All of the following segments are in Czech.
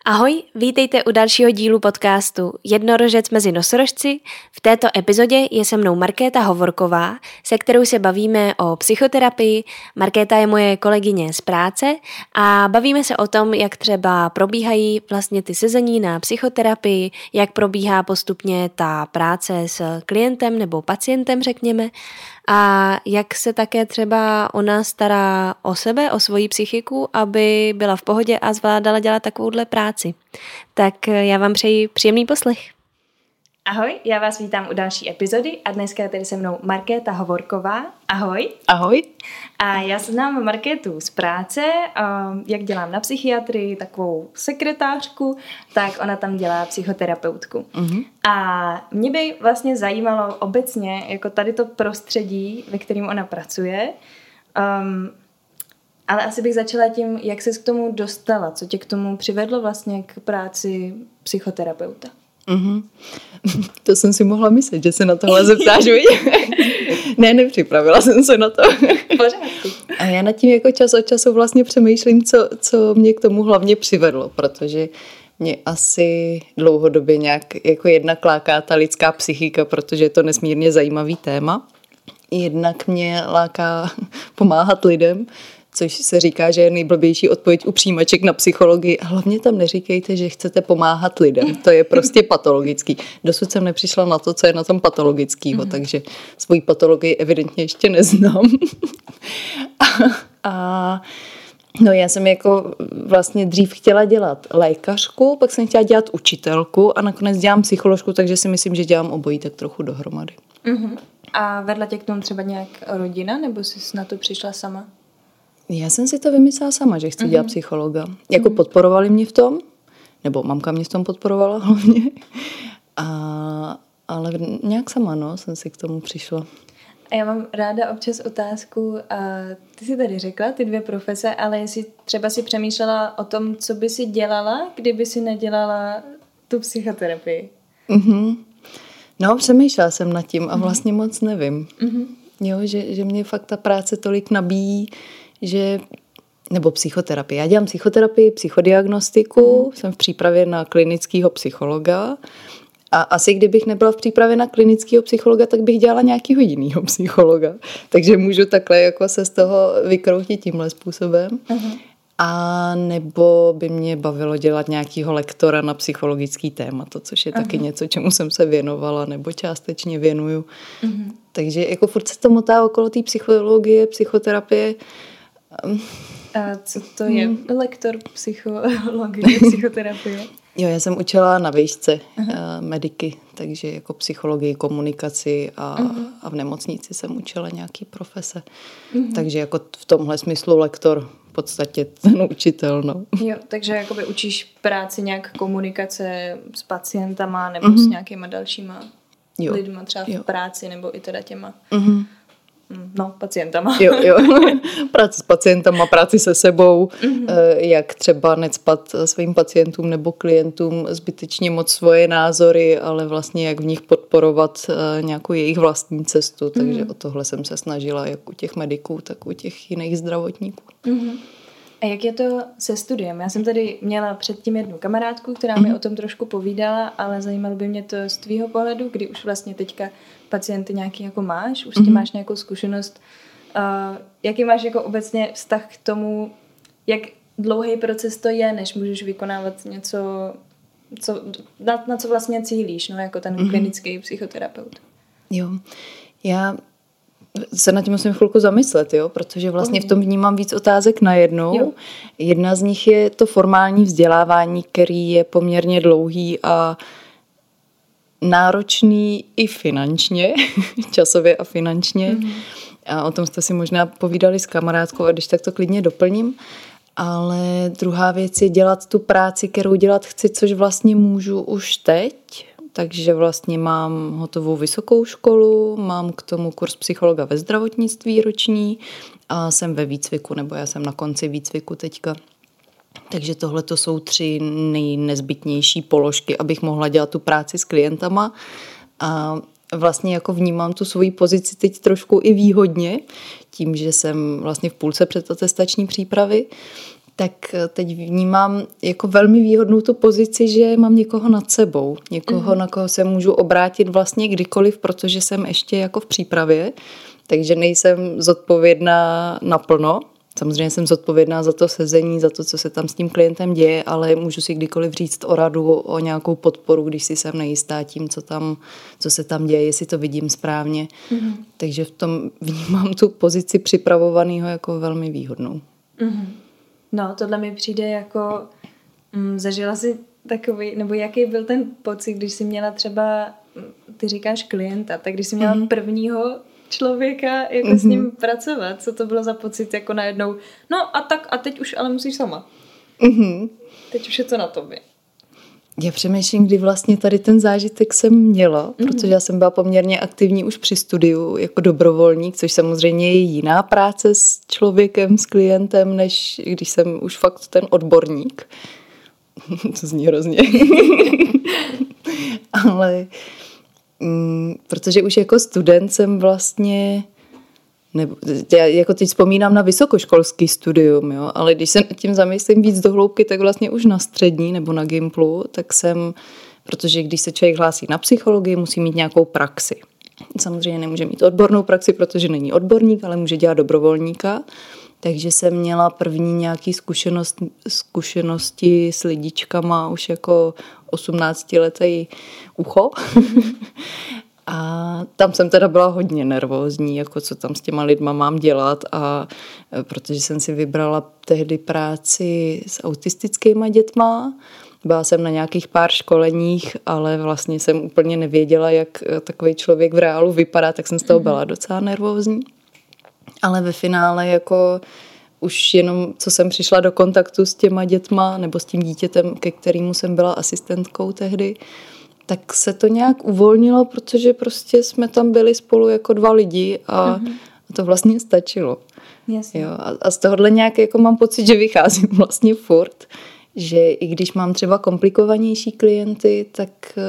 Ahoj, vítejte u dalšího dílu podcastu Jednorožec mezi nosorožci. V této epizodě je se mnou Markéta Hovorková, se kterou se bavíme o psychoterapii. Markéta je moje kolegyně z práce a bavíme se o tom, jak třeba probíhají vlastně ty sezení na psychoterapii, jak probíhá postupně ta práce s klientem nebo pacientem, řekněme, a jak se také třeba ona stará o sebe, o svoji psychiku, aby byla v pohodě a zvládala dělat takovouhle práci. Tak já vám přeji příjemný poslech. Ahoj, já vás vítám u další epizody a dneska je tady se mnou Markéta Hovorková. Ahoj. Ahoj. A já znám Markétu z práce, jak dělám na psychiatrii, takovou sekretářku, tak ona tam dělá psychoterapeutku. Mm-hmm. A mě by vlastně zajímalo obecně jako tady to prostředí, ve kterém ona pracuje, ale asi bych začala tím, jak ses k tomu dostala, co tě k tomu přivedlo vlastně k práci psychoterapeuta. Mm-hmm. To jsem si mohla myslet, že se na tohle zeptáš. Nepřipravila jsem se na to. Pořádku. A já nad tím jako čas od času vlastně přemýšlím, co mě k tomu hlavně přivedlo, protože mě asi dlouhodobě nějak jako jednak láká ta lidská psychika, protože je to nesmírně zajímavý téma. Jednak mě láká pomáhat lidem, což se říká, že je nejblbější odpověď u přijímaček na psychologii. A hlavně tam neříkejte, že chcete pomáhat lidem. To je prostě patologický. Dosud jsem nepřišla na to, co je na tom patologického, takže svoji patologii evidentně ještě neznám. No já jsem jako vlastně dřív chtěla dělat lékařku, pak jsem chtěla dělat učitelku a nakonec dělám psycholožku, takže si myslím, že dělám obojí tak trochu dohromady. Uh-huh. A vedla tě k tomu třeba nějak rodina, nebo jsi na to přišla sama? Já jsem si to vymyslela sama, že chci dělat psychologa. Jako podporovali mě v tom, nebo mamka mě v tom podporovala hlavně, ale nějak sama, jsem si k tomu přišla. A já mám ráda občas otázku, ty jsi tady řekla ty dvě profese, ale jestli třeba si přemýšlela o tom, co by si dělala, kdyby si nedělala tu psychoterapii. Mm-hmm. No, přemýšlela jsem nad tím a vlastně moc nevím. Mm-hmm. Jo, že mě fakt ta práce tolik nabíjí, nebo psychoterapie. Já dělám psychoterapii, psychodiagnostiku, jsem v přípravě na klinického psychologa a asi kdybych nebyla v přípravě na klinického psychologa, tak bych dělala nějakého jiného psychologa. Takže můžu takhle jako se z toho vykroutit tímhle způsobem. Uh-huh. A nebo by mě bavilo dělat nějakého lektora na psychologický témata, což je taky něco, čemu jsem se věnovala nebo částečně věnuju. Uh-huh. Takže jako furt se to motá okolo té psychologie, psychoterapie. A co to je lektor psychologie, psychoterapie? Jo, já jsem učila na výšce mediky, takže jako psychologii, komunikaci a v nemocnici jsem učila nějaký profese. Takže jako v tomhle smyslu lektor v podstatě ten učitel. No. Jo, takže jakoby učíš práci nějak komunikace s pacientama nebo s nějakýma dalšíma lidma třeba v práci nebo i teda těma pacientama. Jo. Práci s pacientama, práci se sebou, jak třeba necpat svým pacientům nebo klientům zbytečně moc svoje názory, ale vlastně jak v nich podporovat nějakou jejich vlastní cestu. Takže o tohle jsem se snažila jak u těch mediků, tak u těch jiných zdravotníků. A jak je to se studiem? Já jsem tady měla předtím jednu kamarádku, která mi o tom trošku povídala, ale zajímalo by mě to z tvýho pohledu, kdy už vlastně teďka pacienty nějaký jako máš, už s tím máš nějakou zkušenost. Jaký máš jako obecně vztah k tomu, jak dlouhý proces to je, než můžeš vykonávat něco, na co vlastně cílíš, jako ten klinický psychoterapeut? Jo, já se na tím musím chvilku zamyslet, protože vlastně v tom vnímám víc otázek najednou. Jo. Jedna z nich je to formální vzdělávání, který je poměrně dlouhý a náročný i finančně, časově a finančně. A o tom jste si možná povídali s kamarádkou a když tak to klidně doplním. Ale druhá věc je dělat tu práci, kterou dělat chci, což vlastně můžu už teď. Takže vlastně mám hotovou vysokou školu, mám k tomu kurz psychologa ve zdravotnictví roční a jsem ve výcviku, nebo já jsem na konci výcviku teďka. Takže tohle to jsou 3 nejnezbytnější položky, abych mohla dělat tu práci s klientama. A vlastně jako vnímám tu svoji pozici teď trošku i výhodně, tím, že jsem vlastně v půlce předatestační přípravy, tak teď vnímám jako velmi výhodnou tu pozici, že mám někoho nad sebou, někoho, na koho se můžu obrátit vlastně kdykoliv, protože jsem ještě jako v přípravě, takže nejsem zodpovědná naplno. Samozřejmě jsem zodpovědná za to sezení, za to, co se tam s tím klientem děje, ale můžu si kdykoliv říct o radu, o nějakou podporu, když si jsem nejistá tím, co se tam děje, jestli to vidím správně. Takže v tom vnímám tu pozici připravovaného jako velmi výhodnou. No, tohle mi přijde jako, zažila si takový, nebo jaký byl ten pocit, když jsi měla třeba, ty říkáš klienta, tak když jsi měla prvního člověka, jako s ním pracovat, co to bylo za pocit, jako najednou, no a teď už ale musíš sama. Teď už je to na tobě. Já přemýšlím, kdy vlastně tady ten zážitek jsem měla, protože já jsem byla poměrně aktivní už při studiu jako dobrovolník, což samozřejmě je jiná práce s člověkem, s klientem, než když jsem už fakt ten odborník. To zní hrozně. Ale protože už jako student jsem vlastně, nebo já jako teď vzpomínám na vysokoškolský studium, jo, ale když se nad tím zamyslím víc do hloubky, tak vlastně už na střední nebo na Gimplu, tak jsem, protože když se člověk hlásí na psychologii, musí mít nějakou praxi. Samozřejmě nemůže mít odbornou praxi, protože není odborník, ale může dělat dobrovolníka. Takže jsem měla první nějaké zkušenosti s lidičkama už jako 18letý ucho. A tam jsem teda byla hodně nervózní, jako co tam s těma lidma mám dělat, a protože jsem si vybrala tehdy práci s autistickýma dětma. Byla jsem na nějakých pár školeních, ale vlastně jsem úplně nevěděla, jak takový člověk v reálu vypadá, tak jsem z toho byla docela nervózní. Ale ve finále jako už jenom, co jsem přišla do kontaktu s těma dětma nebo s tím dítětem, ke kterému jsem byla asistentkou tehdy, tak se to nějak uvolnilo, protože prostě jsme tam byli spolu jako dva lidi a to vlastně stačilo. Jasně. Jo, a z tohohle nějak jako mám pocit, že vycházím vlastně furt, že i když mám třeba komplikovanější klienty, tak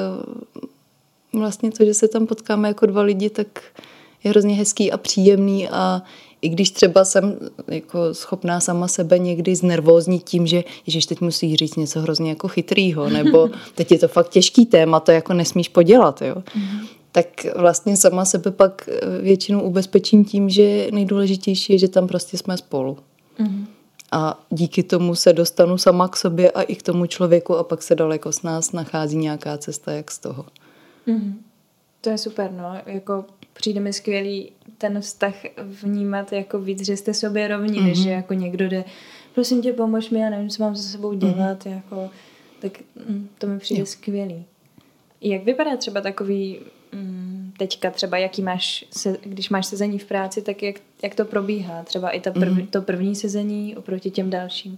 vlastně to, že se tam potkáme jako dva lidi, tak je hrozně hezký a příjemný, a i když třeba jsem jako schopná sama sebe někdy znervóznit tím, že ježiš, teď musí říct něco hrozně jako chytrýho, nebo teď je to fakt těžký téma, to jako nesmíš podělat, jo. Tak vlastně sama sebe pak většinou ubezpečím tím, že nejdůležitější je, že tam prostě jsme spolu. A díky tomu se dostanu sama k sobě a i k tomu člověku, a pak se daleko s nás nachází nějaká cesta, jak z toho. To je super, no. Jako přijde mi skvělý ten vztah vnímat jako víc, že jste sobě rovní, než že jako někdo jde, prosím tě, pomož mi, já nevím, co mám se sebou dělat, jako, tak to mi přijde skvělý. Jak vypadá třeba takový teďka třeba, jaký máš, když máš sezení v práci, tak jak to probíhá? Třeba i to první sezení oproti těm dalším?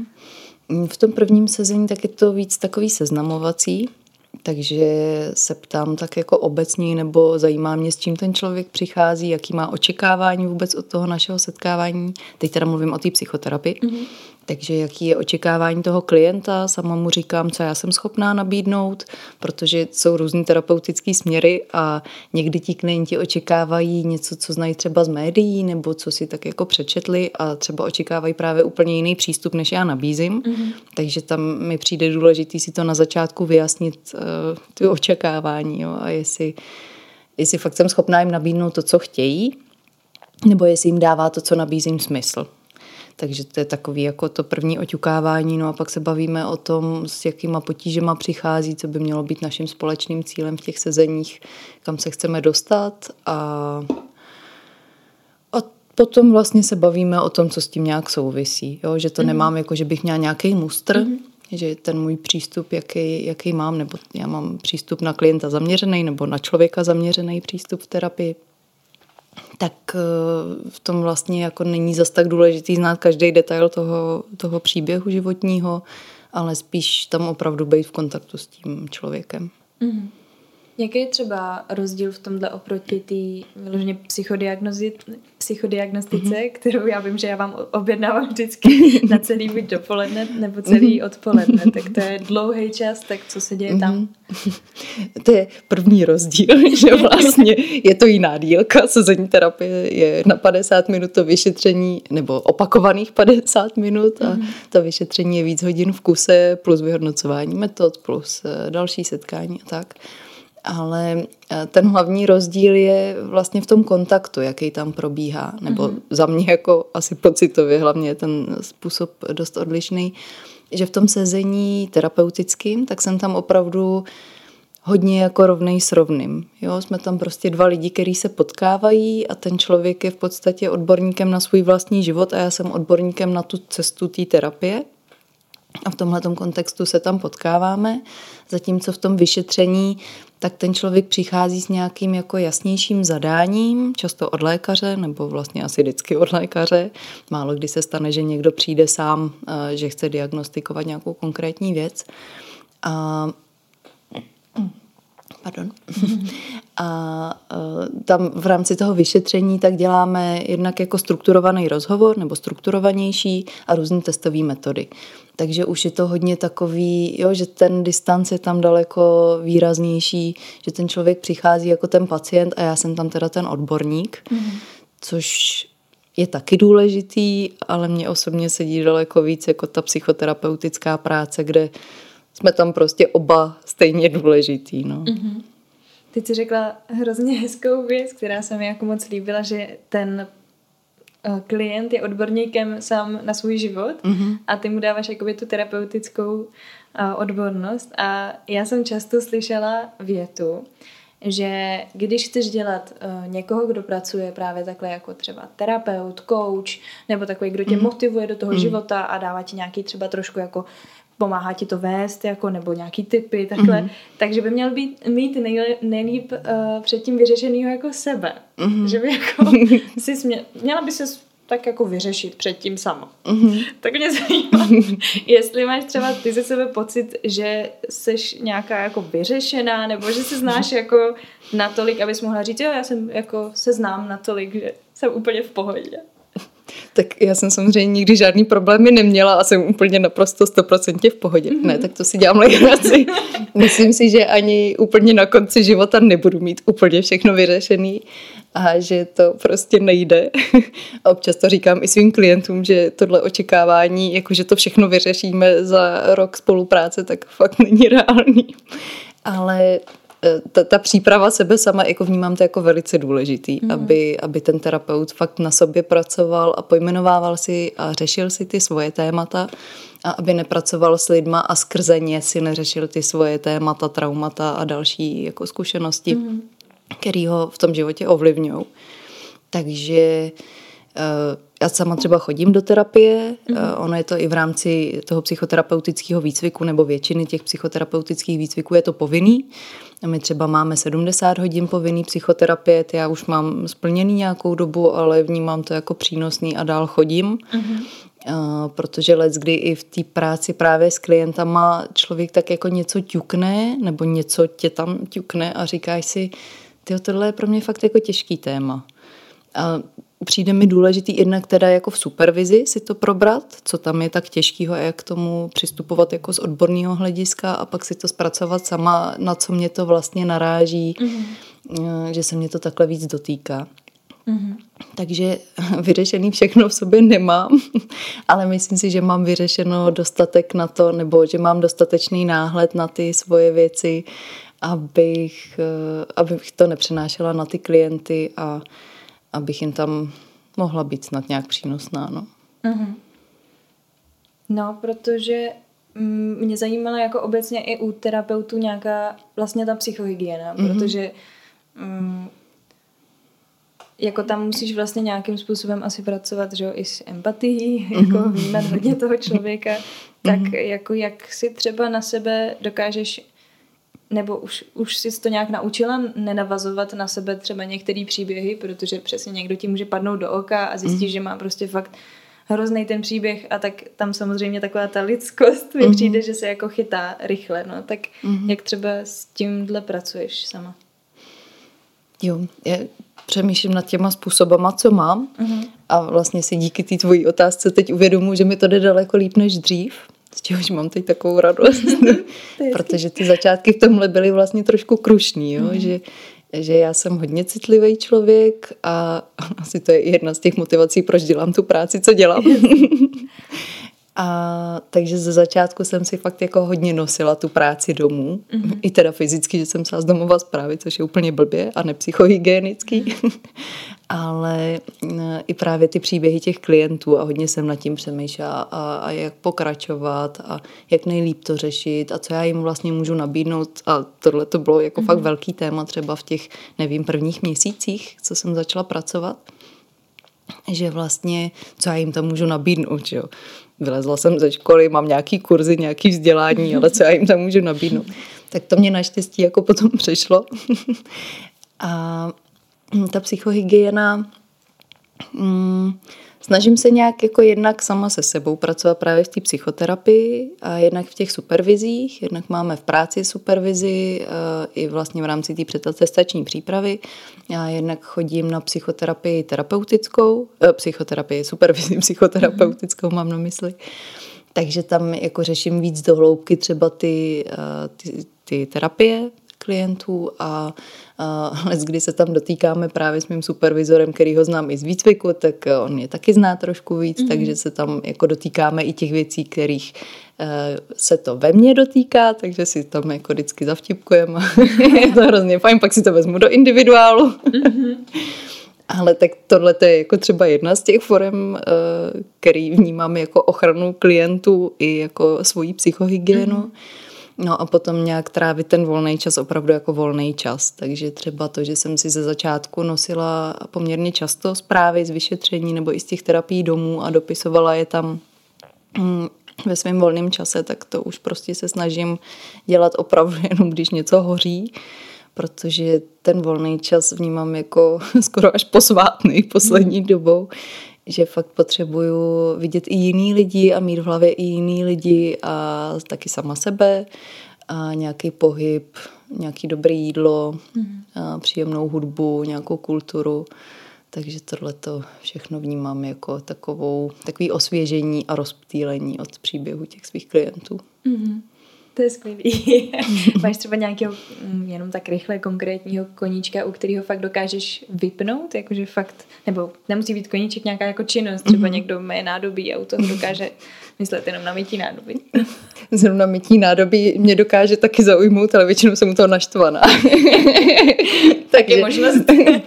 V tom prvním sezení tak je to víc takový seznamovací, takže se ptám tak jako obecně, nebo zajímá mě, s čím ten člověk přichází, jaký má očekávání vůbec od toho našeho setkávání. Teď teda mluvím o té psychoterapii. Takže jaký je očekávání toho klienta, sama mu říkám, co já jsem schopná nabídnout, protože jsou různý terapeutický směry a někdy ti klienti očekávají něco, co znají třeba z médií, nebo co si tak jako přečetli, a třeba očekávají právě úplně jiný přístup, než já nabízím. Takže tam mi přijde důležitý si to na začátku vyjasnit, ty očekávání, jo, a jestli fakt jsem schopná jim nabídnout to, co chtějí, nebo jestli jim dává to, co nabízím, smysl. Takže to je takový jako to první oťukávání, no a pak se bavíme o tom, s jakýma potížema přichází, co by mělo být naším společným cílem v těch sezeních, kam se chceme dostat, a potom vlastně se bavíme o tom, co s tím nějak souvisí, jo? Že to nemám jako, že bych měla nějaký mustr, že ten můj přístup, jaký mám, nebo já mám přístup na klienta zaměřený nebo na člověka zaměřený přístup v terapii, tak v tom vlastně jako není zas tak důležitý znát každý detail toho příběhu životního, ale spíš tam opravdu být v kontaktu s tím člověkem. Jaký je třeba rozdíl v tomhle oproti té vyloženě psychodiagnostice, kterou já vím, že já vám objednávám vždycky na celý buď dopoledne nebo celý odpoledne, tak to je dlouhý čas, tak co se děje tam? To je první rozdíl, že vlastně je to jiná dílka, sezení terapie je na 50 minut to vyšetření, nebo opakovaných 50 minut a to vyšetření je víc hodin v kuse plus vyhodnocování metod plus další setkání a tak. Ale ten hlavní rozdíl je vlastně v tom kontaktu, jaký tam probíhá, nebo za mě jako asi pocitově hlavně je ten způsob dost odlišný, že v tom sezení terapeutickým, tak jsem tam opravdu hodně jako rovnej s rovným. Jo, jsme tam prostě dva lidi, kteří se potkávají a ten člověk je v podstatě odborníkem na svůj vlastní život a já jsem odborníkem na tu cestu té terapie. A v tomhletom kontextu se tam potkáváme, zatímco v tom vyšetření tak ten člověk přichází s nějakým jako jasnějším zadáním, často od lékaře, nebo vlastně asi vždycky od lékaře. Málo kdy se stane, že někdo přijde sám, že chce diagnostikovat nějakou konkrétní věc. A tam v rámci toho vyšetření tak děláme jednak jako strukturovaný rozhovor nebo strukturovanější a různé testové metody. Takže už je to hodně takový, jo, že ten distanc je tam daleko výraznější, že ten člověk přichází jako ten pacient a já jsem tam teda ten odborník, což je taky důležitý, ale mně osobně sedí daleko víc jako ta psychoterapeutická práce, kde jsme tam prostě oba stejně důležitý. No. Ty jsi řekla hrozně hezkou věc, která se mi jako moc líbila, že ten klient je odborníkem sám na svůj život a ty mu dáváš jakoby tu terapeutickou odbornost. A já jsem často slyšela větu, že když chceš dělat někoho, kdo pracuje právě takhle jako třeba terapeut, coach, nebo takový, kdo tě motivuje do toho života a dává ti nějaký třeba trošku jako pomáhá ti to vést, jako, nebo nějaký tipy, takhle. Takže by měl mít nejlíp předtím vyřešenýho jako sebe. Že by jako měla by se tak jako vyřešit předtím sama. Tak mě zajímá, jestli máš třeba ty ze sebe pocit, že seš nějaká jako vyřešená, nebo že se znáš jako natolik, abys mohla říct, jo, já jsem jako se znám natolik, že jsem úplně v pohodě. Tak já jsem samozřejmě nikdy žádný problémy neměla a jsem úplně naprosto 100% v pohodě. Ne, tak to si dělám legraci. Myslím si, že ani úplně na konci života nebudu mít úplně všechno vyřešený a že to prostě nejde. A občas to říkám i svým klientům, že tohle očekávání, jakože to všechno vyřešíme za rok spolupráce, tak fakt není reálný. Ale ta příprava sebe sama jako vnímám to jako velice důležitý, aby ten terapeut fakt na sobě pracoval a pojmenovával si a řešil si ty svoje témata a aby nepracoval s lidma a skrze ně si neřešil ty svoje témata, traumata a další jako zkušenosti, který ho v tom životě ovlivňují. Takže já sama třeba chodím do terapie, ono je to i v rámci toho psychoterapeutického výcviku nebo většiny těch psychoterapeutických výcviků je to povinný. My třeba máme 70 hodin povinný psychoterapie, já už mám splněný nějakou dobu, ale vnímám to jako přínosný a dál chodím. Protože leckdy i v té práci právě s klientama člověk tak jako něco ťukne nebo něco tě tam ťukne a říkáš si, tyjo, tohle je pro mě fakt jako těžký téma. A přijde mi důležitý jednak teda jako v supervizi si to probrat, co tam je tak těžkýho a jak k tomu přistupovat jako z odborného hlediska a pak si to zpracovat sama, na co mě to vlastně naráží, že se mě to takhle víc dotýká. Takže vyřešený všechno v sobě nemám, ale myslím si, že mám vyřešeno dostatek na to, nebo že mám dostatečný náhled na ty svoje věci, abych to nepřenášela na ty klienty a abych jim tam mohla být snad nějak přínosná. No, no protože mě zajímalo jako obecně i u terapeutů nějaká vlastně ta psychohygiena, protože jako tam musíš vlastně nějakým způsobem asi pracovat, že jo, i s empatií, jako vnímat hodně toho člověka, tak jako jak si třeba na sebe dokážeš, nebo už jsi to nějak naučila nenavazovat na sebe třeba některé příběhy, protože přesně někdo ti může padnout do oka a zjistíš, že má prostě fakt hrozný ten příběh a tak tam samozřejmě taková ta lidskost mi přijde, že se jako chytá rychle, no, tak jak třeba s tímhle pracuješ sama? Jo, já přemýšlím nad těma způsobama, co mám a vlastně si díky té tvojí otázce teď uvědomuji, že mi to jde daleko líp než dřív, z čehož mám teď takovou radost, protože ty začátky v tomhle byly vlastně trošku krušný, jo? Že já jsem hodně citlivý člověk a asi to je jedna z těch motivací, proč dělám tu práci, co dělám. A takže ze začátku jsem si fakt jako hodně nosila tu práci domů. I teda fyzicky, že jsem psala z domova zprávy, což je úplně blbě a nepsychohygienický. Ale i právě ty příběhy těch klientů a hodně jsem nad tím přemýšlela a jak pokračovat a jak nejlíp to řešit a co já jim vlastně můžu nabídnout. A tohle to bylo jako fakt velký téma třeba v těch, nevím, prvních měsících, co jsem začala pracovat. Že vlastně, co já jim tam můžu nabídnout, že jo. Vylezla jsem ze školy, mám nějaký kurzy, nějaký vzdělání, ale co já jim tam můžu nabídnout. Tak to mě naštěstí jako potom přešlo. A ta psychohygiena, snažím se nějak jako jednak sama se sebou pracovat právě v té psychoterapii a jednak v těch supervizích, jednak máme v práci supervizi i vlastně v rámci té předatestační přípravy. Já jednak chodím na psychoterapii terapeutickou, supervizi psychoterapeutickou mám na mysli. Takže tam jako řeším víc do hloubky třeba ty terapie klientů a kdy se tam dotýkáme právě s mým supervizorem, který ho znám i z výcviku, tak on je taky zná trošku víc, takže se tam jako dotýkáme i těch věcí, kterých se to ve mně dotýká, takže si tam jako vždycky zavtipkujeme. Je to hrozně fajn, pak si to vezmu do individuálu. Ale tak tohle je jako třeba jedna z těch forem, který vnímám jako ochranu klientů i jako svoji psychohygienu. No a potom nějak trávit ten volný čas, opravdu jako volný čas. Takže třeba to, že jsem si ze začátku nosila poměrně často zprávy z vyšetření nebo i z těch terapií domů a dopisovala je tam ve svém volném čase, tak to už prostě se snažím dělat opravdu jenom, když něco hoří, protože ten volný čas vnímám jako skoro až posvátný poslední dobou, že fakt potřebuju vidět i jiný lidi a mít v hlavě i jiný lidi a taky sama sebe a nějaký pohyb, nějaký dobré jídlo, a příjemnou hudbu, nějakou kulturu. Takže tohleto všechno vnímám jako takový osvěžení a rozptýlení od příběhu těch svých klientů. To je skvělý. Máš třeba nějakého jenom tak rychle konkrétního koníčka, u kterého fakt dokážeš vypnout? Jakože fakt, nebo nemusí být koníček nějaká jako činnost, třeba někdo má nádobí a u toho dokáže myslet jenom na mytí nádobí. Zrovna mytí nádobí mě dokáže taky zaujmout, ale většinou jsem u toho naštvaná. Tak je možnost.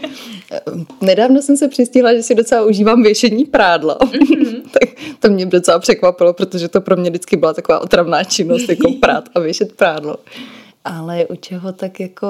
Nedávno jsem se přistihla, že si docela užívám věšení prádla. Tak to mě docela překvapilo, protože to pro mě vždycky byla taková otravná činnost, jako prát a věšet prádlo. Ale u čeho tak jako...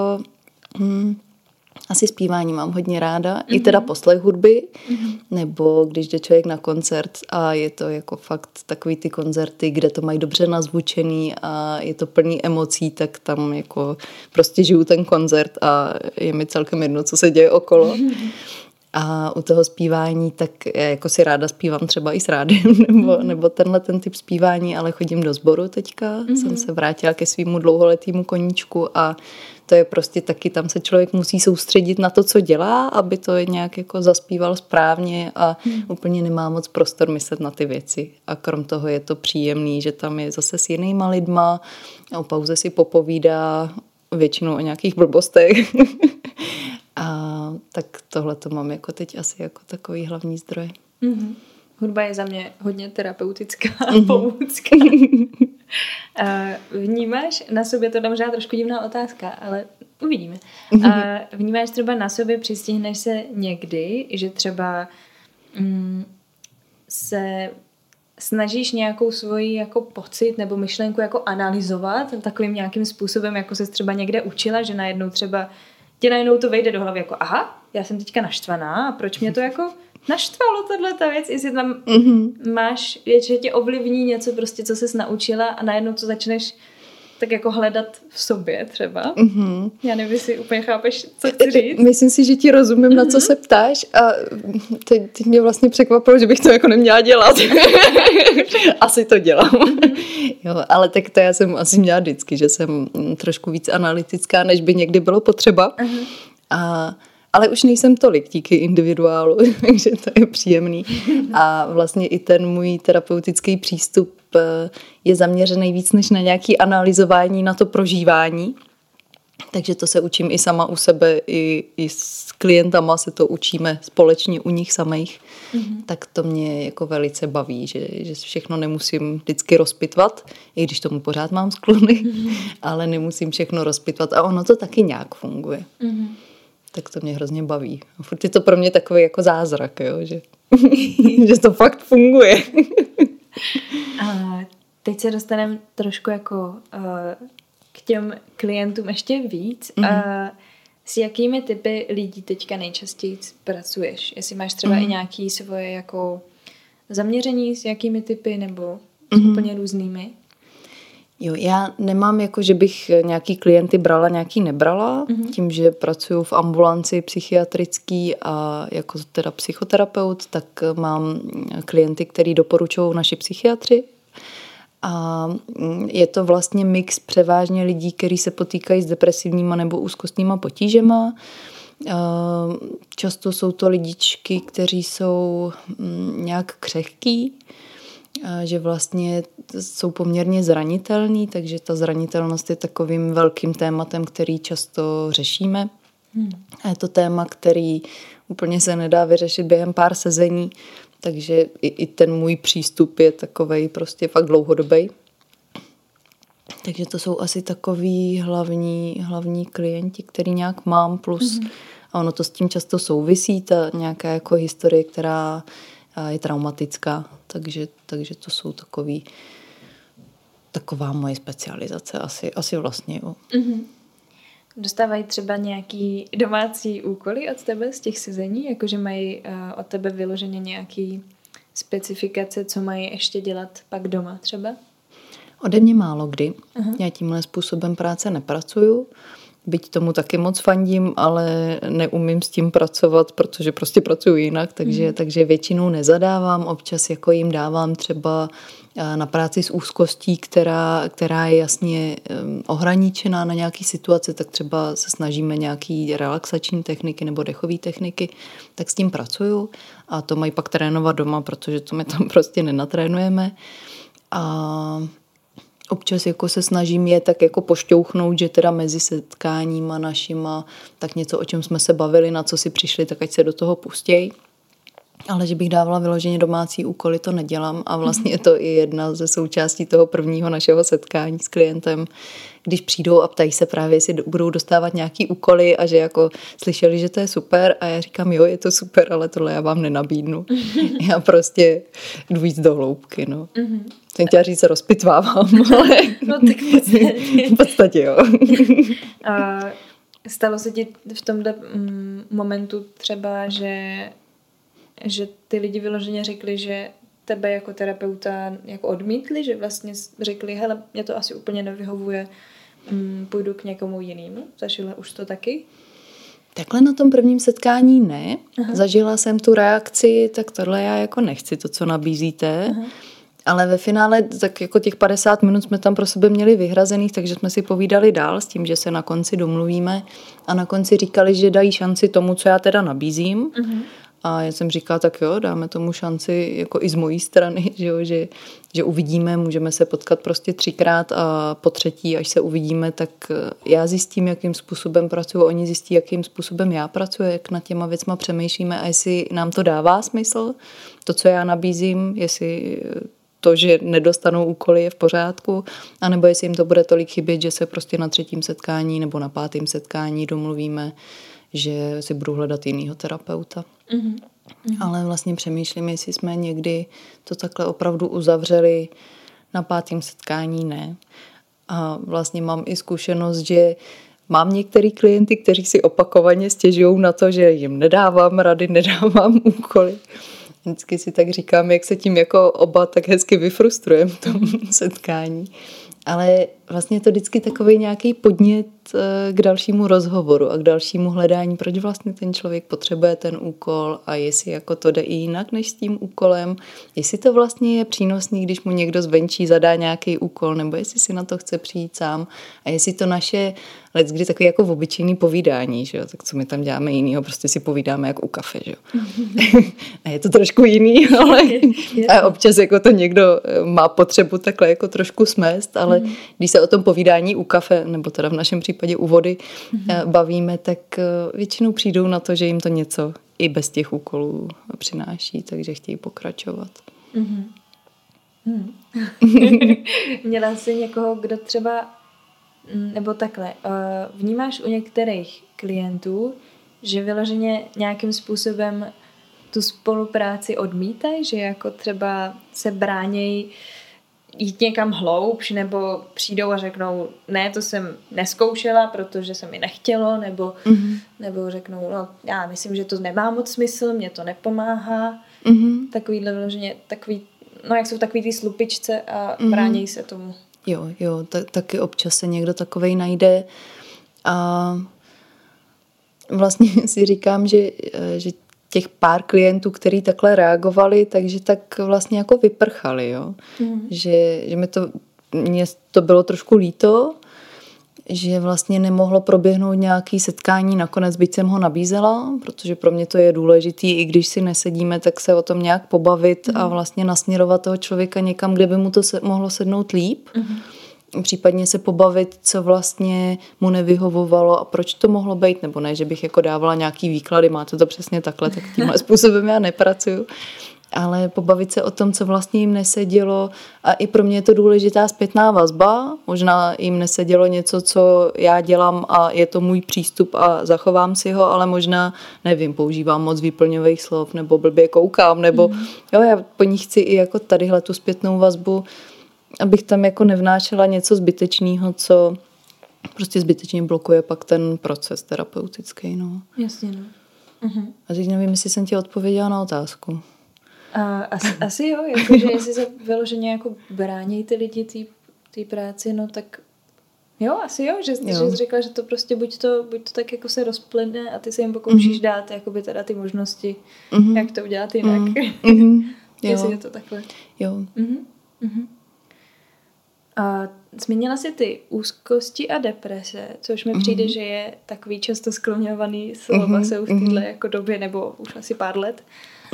asi zpívání mám hodně ráda, i teda poslech hudby, nebo když jde člověk na koncert a je to jako fakt takový ty koncerty, kde to mají dobře nazvučený a je to plný emocí, tak tam jako prostě žiju ten koncert a je mi celkem jedno, co se děje okolo. A u toho zpívání, tak já jako si ráda zpívám třeba i s rádiem, nebo ten typ zpívání, ale chodím do sboru teďka. Jsem se vrátila ke svýmu dlouholetýmu koníčku a to je prostě taky, tam se člověk musí soustředit na to, co dělá, aby to nějak jako zaspíval správně a úplně nemá moc prostor myslet na ty věci. A krom toho je to příjemný, že tam je zase s jinýma lidma, o pauze si popovídá, většinou o nějakých blbostech. A tak tohle to mám jako teď asi jako takový hlavní zdroj. Hudba je za mě hodně terapeutická pomůcka. Vnímáš na sobě, to je možná trošku divná otázka, ale uvidíme. Vnímáš třeba na sobě, přistihneš se někdy, že třeba se snažíš nějakou svoji jako pocit nebo myšlenku jako analyzovat takovým nějakým způsobem, jako se třeba někde učila, že najednou to vejde do hlavy jako aha, já jsem teďka naštvaná a proč mě to jako naštvalo tato věc, jestli tam máš, že tě ovlivní něco prostě, co ses naučila a najednou to začneš tak jako hledat v sobě třeba. Já nevím, jestli úplně chápeš, co chci říct. Myslím si, že ti rozumím, na co se ptáš a teď mě vlastně překvapilo, že bych to jako neměla dělat. Asi to dělám. Jo, ale tak to já jsem asi měla vždycky, že jsem trošku víc analytická, než by někdy bylo potřeba. Ale už nejsem tolik díky individuálu, takže to je příjemný. A vlastně i ten můj terapeutický přístup je zaměřený víc než na nějaké analyzování, na to prožívání. Takže to se učím i sama u sebe, i s klientama se to učíme společně u nich samých. Tak to mě jako velice baví, že všechno nemusím vždycky rozpitvat, i když tomu pořád mám sklony, ale nemusím všechno rozpitvat a ono to taky nějak funguje. Tak to mě hrozně baví. A furt je to pro mě takový jako zázrak, jo? Že to fakt funguje. A teď se dostaneme trošku jako k těm klientům ještě víc. S jakými typy lidí teďka nejčastěji pracuješ? Jestli máš třeba i nějaké svoje jako zaměření s jakými typy nebo s úplně různými? Jo, já nemám jako, že bych nějaký klienty brala, nějaký nebrala. Tím, že pracuju v ambulanci psychiatrický a jako teda psychoterapeut, tak mám klienty, který doporučují naši psychiatři. A je to vlastně mix převážně lidí, kteří se potýkají s depresivníma nebo úzkostníma potížema. Často jsou to lidičky, kteří jsou nějak křehký, že vlastně jsou poměrně zranitelní, takže ta zranitelnost je takovým velkým tématem, který často řešíme. A je to téma, který úplně se nedá vyřešit během pár sezení, takže i ten můj přístup je takovej prostě fakt dlouhodobý. Takže to jsou asi takový hlavní klienti, který nějak mám, plus a ono to s tím často souvisí, ta nějaká jako historie, která je traumatická, takže to jsou taková moje specializace asi vlastně. Jo. Dostávají třeba nějaký domácí úkoly od tebe z těch sezení, jakože mají od tebe vyloženě nějaký specifikace, co mají ještě dělat pak doma třeba? Ode mě málo kdy. Já tímhle způsobem práce nepracuju. Byť tomu taky moc fandím, ale neumím s tím pracovat, protože prostě pracuji jinak, takže většinou nezadávám. Občas jako jim dávám třeba na práci s úzkostí, která je jasně ohraničená na nějaký situace, tak třeba se snažíme nějaký relaxační techniky nebo dechové techniky, tak s tím pracuju a to mají pak trénovat doma, protože to my tam prostě nenatrénujeme. A občas jako se snažím je tak jako pošťouchnout, že teda mezi setkáníma našima tak něco, o čem jsme se bavili, na co si přišli, tak ať se do toho pustěj. Ale že bych dávala vyloženě domácí úkoly, to nedělám a vlastně je to i jedna ze součástí toho prvního našeho setkání s klientem, když přijdou a ptají se právě, jestli budou dostávat nějaký úkoly a že jako slyšeli, že to je super a já říkám, jo, je to super, ale tohle já vám nenabídnu. Já prostě jdu víc do hloubky, no. Jsem chtěla říct, se rozpitvávám, ale no tak v podstatě jo. A stalo se ti v tomhle momentu třeba, že ty lidi vyloženě řekli, že tebe jako terapeuta jako odmítli, že vlastně řekli, hele, mě to asi úplně nevyhovuje, půjdu k někomu jinému. Zažila už to taky? Takhle na tom prvním setkání ne. Zažila jsem tu reakci, tak tohle já jako nechci, to, co nabízíte. Ale ve finále tak jako těch 50 minut jsme tam pro sebe měli vyhrazených, takže jsme si povídali dál s tím, že se na konci domluvíme a na konci říkali, že dají šanci tomu, co já teda nabízím. A já jsem říkala, tak jo, dáme tomu šanci jako i z mojí strany, že uvidíme, můžeme se potkat prostě 3krát a po třetí, až se uvidíme, tak já zjistím, jakým způsobem pracuji, oni zjistí, jakým způsobem já pracuji, jak nad těma věcma přemýšlíme a jestli nám to dává smysl, to, co já nabízím, jestli to, že nedostanou úkoly, je v pořádku, anebo jestli jim to bude tolik chybět, že se prostě na 3. setkání nebo na 5. setkání domluvíme, že si budu hledat jinýho terapeuta. Ale vlastně přemýšlím, jestli jsme někdy to takhle opravdu uzavřeli na 5. setkání, ne. A vlastně mám i zkušenost, že mám některý klienty, kteří si opakovaně stěžují na to, že jim nedávám rady, nedávám úkoly. Vždycky si tak říkám, jak se tím jako oba tak hezky vyfrustrujeme v tom setkání. Ale vlastně je to vždycky takový nějaký podnět k dalšímu rozhovoru a k dalšímu hledání, proč vlastně ten člověk potřebuje ten úkol a jestli jako to jde i jinak než s tím úkolem, jestli to vlastně je přínosný, když mu někdo zvenčí zadá nějaký úkol, nebo jestli si na to chce přijít sám a jestli to naše leckdy takový jako obyčejný povídání, že jo? Tak co my tam děláme jinýho, prostě si povídáme jak u kafe, že jo. A je to trošku jiný, ale a občas jako to někdo má potřebu takhle jako trošku smést, ale když se o tom povídání u kafe, nebo teda v našem případě u vody bavíme, tak většinou přijdou na to, že jim to něco i bez těch úkolů přináší, takže chtějí pokračovat. Měla jsi někoho, kdo třeba, nebo takhle, vnímáš u některých klientů, že vyloženě nějakým způsobem tu spolupráci odmítají, že jako třeba se bránějí jít někam hloubš, nebo přijdou a řeknou, ne, to jsem neskoušela, protože se mi nechtělo, nebo řeknou, no, já myslím, že to nemá moc smysl, mě to nepomáhá. Takovýhle vyloženě, no jak jsou takový ty slupičce a bránějí se tomu. Jo, taky občas se někdo takovej najde a vlastně si říkám, že těch pár klientů, který takhle reagovali, takže tak vlastně jako vyprchali, jo. Že mě to bylo trošku líto, že vlastně nemohlo proběhnout nějaké setkání nakonec, byť jsem ho nabízela, protože pro mě to je důležitý, i když si nesedíme, tak se o tom nějak pobavit a vlastně nasměrovat toho člověka někam, kde by mu to mohlo sednout líp. Případně se pobavit, co vlastně mu nevyhovovalo a proč to mohlo být, nebo ne, že bych jako dávala nějaký výklady, máte to přesně takhle, tak tímhle způsobem já nepracuju. Ale pobavit se o tom, co vlastně jim nesedělo a i pro mě je to důležitá zpětná vazba. Možná jim nesedělo něco, co já dělám a je to můj přístup a zachovám si ho, ale možná, nevím, používám moc výplňových slov nebo blbě koukám, nebo jo, já po nich chci i jako tadyhle tu zpětnou vazbu, abych tam jako nevnášela něco zbytečného, co prostě zbytečně blokuje pak ten proces terapeutický. No. Jasně, no. A teď nevím, jestli jsem ti odpověděla na otázku. Asi jo, jakože jestli se vyloženě jako brání ty lidi té práci, no tak jo, asi jo, že jsi řekla, že to prostě buď to tak jako se rozplyne a ty se jim pokoušíš dát jakoby teda ty možnosti, jak to udělat jinak. Jestli je to takhle. Jo. A zmínila jsi ty úzkosti a deprese, což mi přijde, že je takový často skloňovaný slova jsou v této jako době, nebo už asi pár let.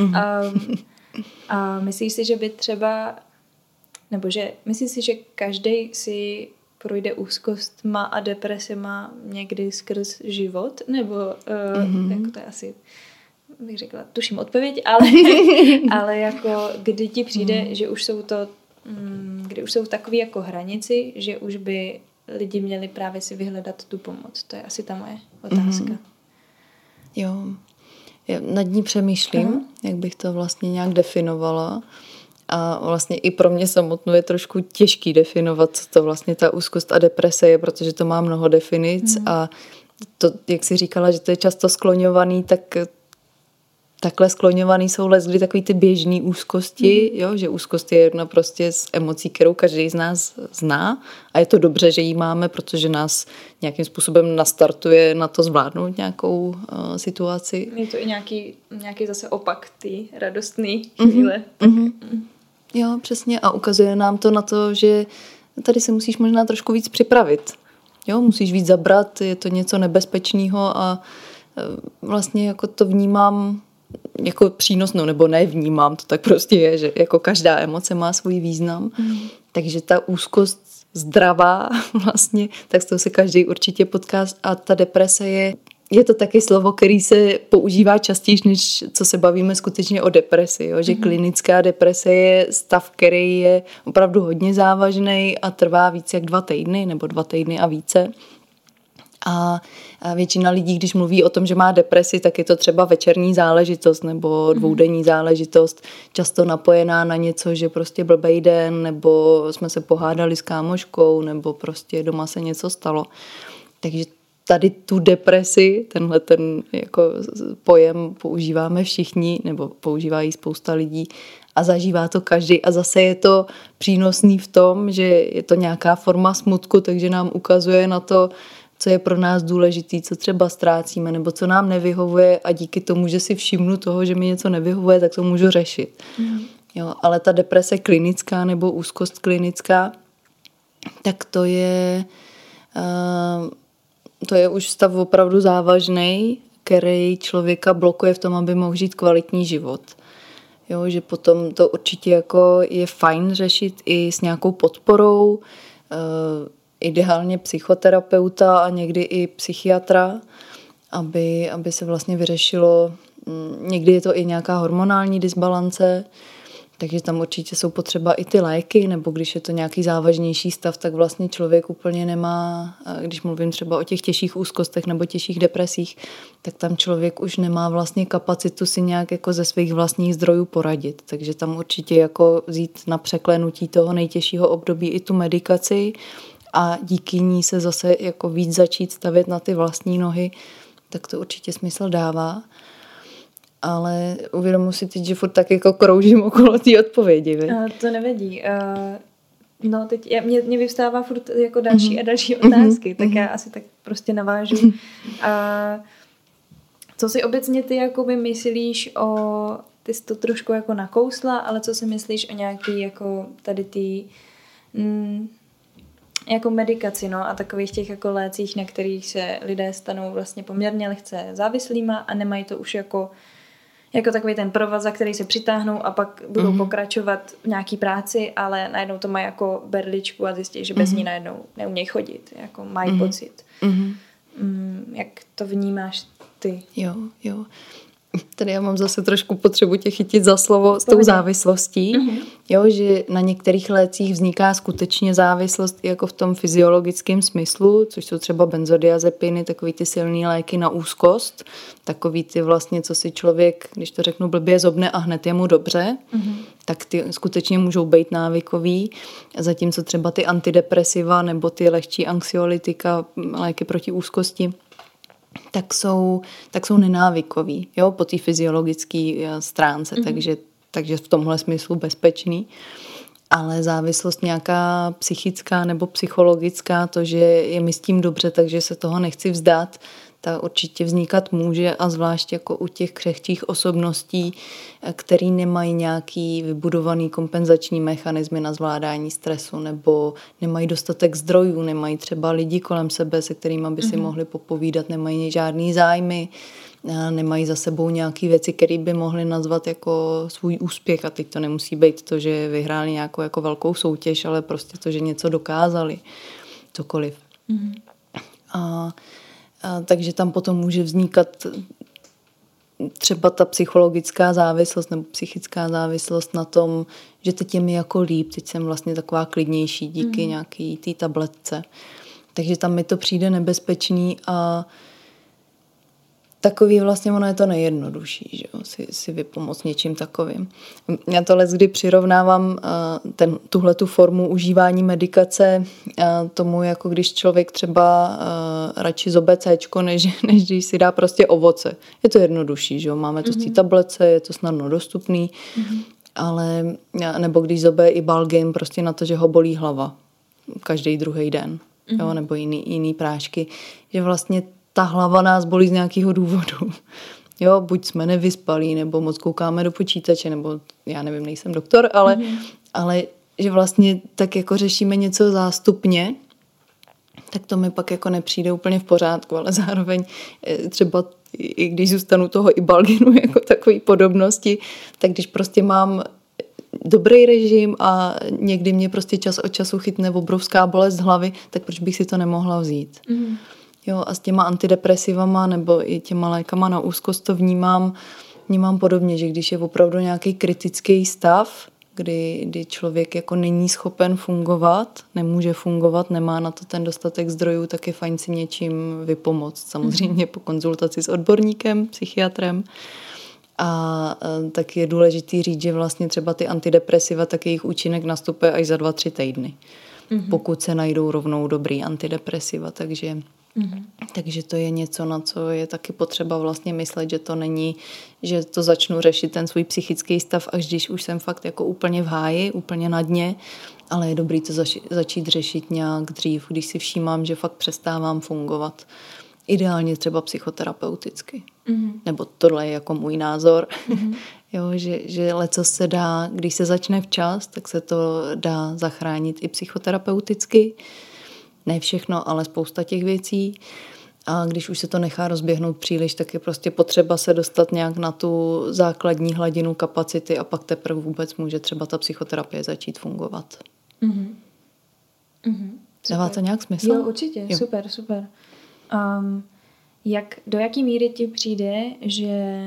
A myslíš si, že by třeba, nebo že myslíš si, že každý si projde úzkostma a depresema někdy skrz život, nebo jako to je asi, bych řekla, tuším odpověď, ale jako kdy ti přijde, že už jsou to kdy už jsou v takové jako hranici, že už by lidi měli právě si vyhledat tu pomoc. To je asi ta moje otázka. Jo, já nad ní přemýšlím, jak bych to vlastně nějak definovala. A vlastně i pro mě samotnou je trošku těžký definovat, co to vlastně ta úzkost a deprese je, protože to má mnoho definic a to, jak jsi říkala, že to je často skloňovaný, tak takhle skloňovaný jsou leckdy takový ty běžný úzkosti, jo? Že úzkost je jedna prostě z emocí, kterou každý z nás zná a je to dobře, že ji máme, protože nás nějakým způsobem nastartuje na to zvládnout nějakou situaci. Je to i nějaký zase opak ty radostný chvíle. Jo, přesně a ukazuje nám to na to, že tady se musíš možná trošku víc připravit. Jo, musíš víc zabrat, je to něco nebezpečného a vlastně jako to vnímám jako přínosnou, nebo nevnímám, to tak prostě je, že jako každá emoce má svůj význam. Takže ta úzkost zdravá vlastně, tak s tou se každý určitě potká a ta deprese je to taky slovo, který se používá častěji, než co se bavíme skutečně o depresi. Jo? Že klinická deprese je stav, který je opravdu hodně závažný a trvá více jak 2 týdny nebo 2 týdny a více. A většina lidí, když mluví o tom, že má depresi, tak je to třeba večerní záležitost nebo 2denní záležitost, často napojená na něco, že prostě blbej den, nebo jsme se pohádali s kámoškou, nebo prostě doma se něco stalo. Takže tady tu depresi, tenhle ten jako pojem používáme všichni, nebo používají spousta lidí a zažívá to každý a zase je to přínosný v tom, že je to nějaká forma smutku, takže nám ukazuje na to, co je pro nás důležitý, co třeba ztrácíme nebo co nám nevyhovuje a díky tomu, že si všimnu toho, že mi něco nevyhovuje, tak to můžu řešit. Jo, ale ta deprese klinická nebo úzkost klinická, tak to je už stav opravdu závažný, který člověka blokuje v tom, aby mohl žít kvalitní život. Jo, že potom to určitě jako je fajn řešit i s nějakou podporou, ideálně psychoterapeuta a někdy i psychiatra, aby se vlastně vyřešilo, někdy je to i nějaká hormonální disbalance, takže tam určitě jsou potřeba i ty léky, nebo když je to nějaký závažnější stav, tak vlastně člověk úplně nemá, když mluvím třeba o těch těžších úzkostech nebo těžších depresích, tak tam člověk už nemá vlastně kapacitu si nějak jako ze svých vlastních zdrojů poradit. Takže tam určitě jako vzít na překlenutí toho nejtěžšího období i tu medikaci a díky ní se zase jako víc začít stavět na ty vlastní nohy, tak to určitě smysl dává. Ale uvědomuji si teď, že furt tak jako kroužím okolo té odpovědi. To nevadí. No teď mě vyvstává furt jako další a další otázky, tak já asi tak prostě navážu. Co si obecně ty jakoby myslíš ty jsi to trošku jako nakousla, ale co si myslíš o nějaký jako tady ty jako medikaci, no, a takových těch jako lécích, na kterých se lidé stanou vlastně poměrně lehce závislýma a nemají to už jako takový ten provaz, za který se přitáhnou a pak budou pokračovat v nějaký práci, ale najednou to mají jako berličku a zjistí, že bez ní najednou neumějí chodit, jako mají pocit. Jak to vnímáš ty? Jo. Tady já mám zase trošku potřebu tě chytit za slovo s tou závislostí, jo, že na některých lécích vzniká skutečně závislost i jako v tom fyziologickém smyslu, což jsou třeba benzodiazepiny, takový ty silný léky na úzkost, takový ty vlastně, co si člověk, když to řeknu blbě, zobne a hned je mu dobře, tak ty skutečně můžou být návykový, zatímco třeba ty antidepresiva nebo ty lehčí anxiolytika, léky proti úzkosti, tak jsou nenávykový, jo, po té fyziologické stránce, takže v tomhle smyslu bezpečný. Ale závislost nějaká psychická nebo psychologická, to, že je mi s tím dobře, takže se toho nechci vzdát, ta určitě vznikat může a zvlášť jako u těch křehčích osobností, který nemají nějaký vybudovaný kompenzační mechanismy na zvládání stresu nebo nemají dostatek zdrojů, nemají třeba lidi kolem sebe, se kterými by si mohli popovídat, nemají žádný zájmy, nemají za sebou nějaké věci, které by mohli nazvat jako svůj úspěch a teď to nemusí být to, že vyhráli nějakou jako velkou soutěž, ale prostě to, že něco dokázali, cokoliv. Takže tam potom může vznikat třeba ta psychologická závislost nebo psychická závislost na tom, že teď je mi jako líp, teď jsem vlastně taková klidnější díky nějaký té tabletce. Takže tam mi to přijde nebezpečný a takový vlastně ono je to nejjednodušší, že jo, si vypomoct něčím takovým. Já to kdy přirovnávám tuhletu formu užívání medikace tomu, jako když člověk třeba radši zobe céčko, než když si dá prostě ovoce. Je to jednodušší, že jo, máme to z té tablece, je to snadno dostupný, ale nebo když zobe i Balgin prostě na to, že ho bolí hlava každý druhý den, jo, nebo jiný prášky, že vlastně ta hlava nás bolí z nějakého důvodu. Jo, buď jsme nevyspalí, nebo moc koukáme do počítače, nebo já nevím, nejsem doktor, ale že vlastně tak jako řešíme něco zástupně, tak to mi pak jako nepřijde úplně v pořádku, ale zároveň třeba i když zůstanu toho i Balginu jako takový podobnosti, tak když prostě mám dobrý režim a někdy mě prostě čas od času chytne obrovská bolest hlavy, tak proč bych si to nemohla vzít? Jo, a s těma antidepresivama nebo i těma lékama na úzkost to vnímám podobně, že když je opravdu nějaký kritický stav, kdy člověk jako není schopen fungovat, nemůže fungovat, nemá na to ten dostatek zdrojů, tak je fajn si něčím vypomoct. Samozřejmě po konzultaci s odborníkem, psychiatrem. A tak je důležitý říct, že vlastně třeba ty antidepresiva, tak jejich účinek nastupuje až za 2-3 týdny. Pokud se najdou rovnou dobrý antidepresiva, takže Takže to je něco, na co je taky potřeba vlastně myslet, že to není, že to začnu řešit ten svůj psychický stav, až když už jsem fakt jako úplně v háji, úplně na dně, ale je dobrý to začít řešit nějak dřív, když si všímám, že fakt přestávám fungovat. Ideálně třeba psychoterapeuticky. Nebo tohle je jako můj názor. Jo, že lecos se dá, když se začne včas, tak se to dá zachránit i psychoterapeuticky. Ne všechno, ale spousta těch věcí. A když už se to nechá rozběhnout příliš, tak je prostě potřeba se dostat nějak na tu základní hladinu kapacity a pak teprve vůbec může třeba ta psychoterapie začít fungovat. Dává to nějak smysl? Jo, určitě. Jo. Super. Do jaký míry ti přijde, že